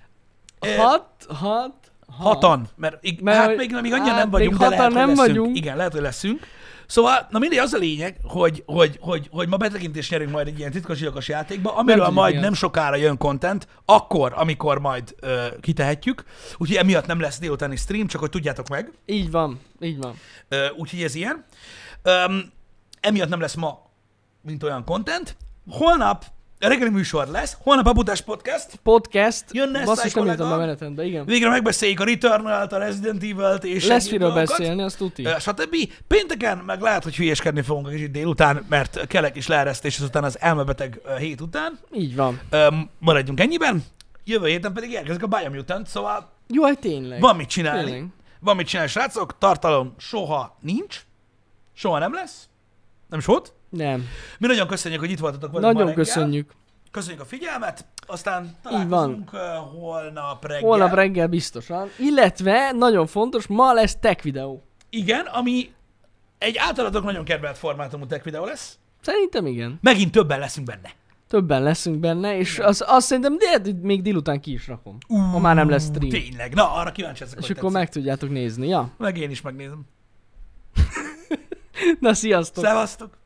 Hatan. Mert Mert még annyian nem vagyunk, még de lehet, hatan nem hogy leszünk. vagyunk. Igen, lehet, hogy leszünk. Szóval, na mindegy, az a lényeg, hogy ma betekintést nyerünk majd egy ilyen titkos játékba, amiről majd nem sokára jön content, akkor, amikor majd kitehetjük. Úgyhogy emiatt nem lesz délutáni stream, csak hogy tudjátok meg. Így van, így van. Úgyhogy ez ilyen. Emiatt nem lesz ma, mint olyan content. Holnap reggeli műsor lesz, holnap a Butás Podcast. Jönne Basszus, nem írtam kollega. a menetembe, igen. Végre megbeszéljük a Returnal-t, a Resident Evil-t és Lesz egyéb miről dolgokat. beszélni, azt tuti. Stb. Pénteken meg lehet, hogy hülyéskedni fogunk egy kicsit délután, mert kelek is leeresztés azután az elmebeteg hét után. Így van. Maradjunk ennyiben. Jövő héten pedig érkezik a Biomutant, szóval Jaj, tényleg. van mit csinálni. Tényleg. Van mit csinálni, srácok. Tartalom soha nincs. Soha nem lesz. Nem is volt. Nem. Mi nagyon köszönjük, hogy itt voltatok velünk ma Nagyon reggel. köszönjük. Köszönjük a figyelmet, aztán Így találkozunk holnap reggel. Holnap reggel biztosan. Illetve, nagyon fontos, ma lesz tech videó. Igen, ami egy általatok nagyon kedvelt formátumú tech videó lesz. Szerintem igen. Megint többen leszünk benne. Többen leszünk benne, és azt szerintem még délután ki is rakom. Ha már nem lesz stream. Tényleg, na arra kíváncsi ezek, És hogy akkor tetszik. meg tudjátok nézni, ja? Meg én is megnézem. Na, sziasztok! Szevasztok!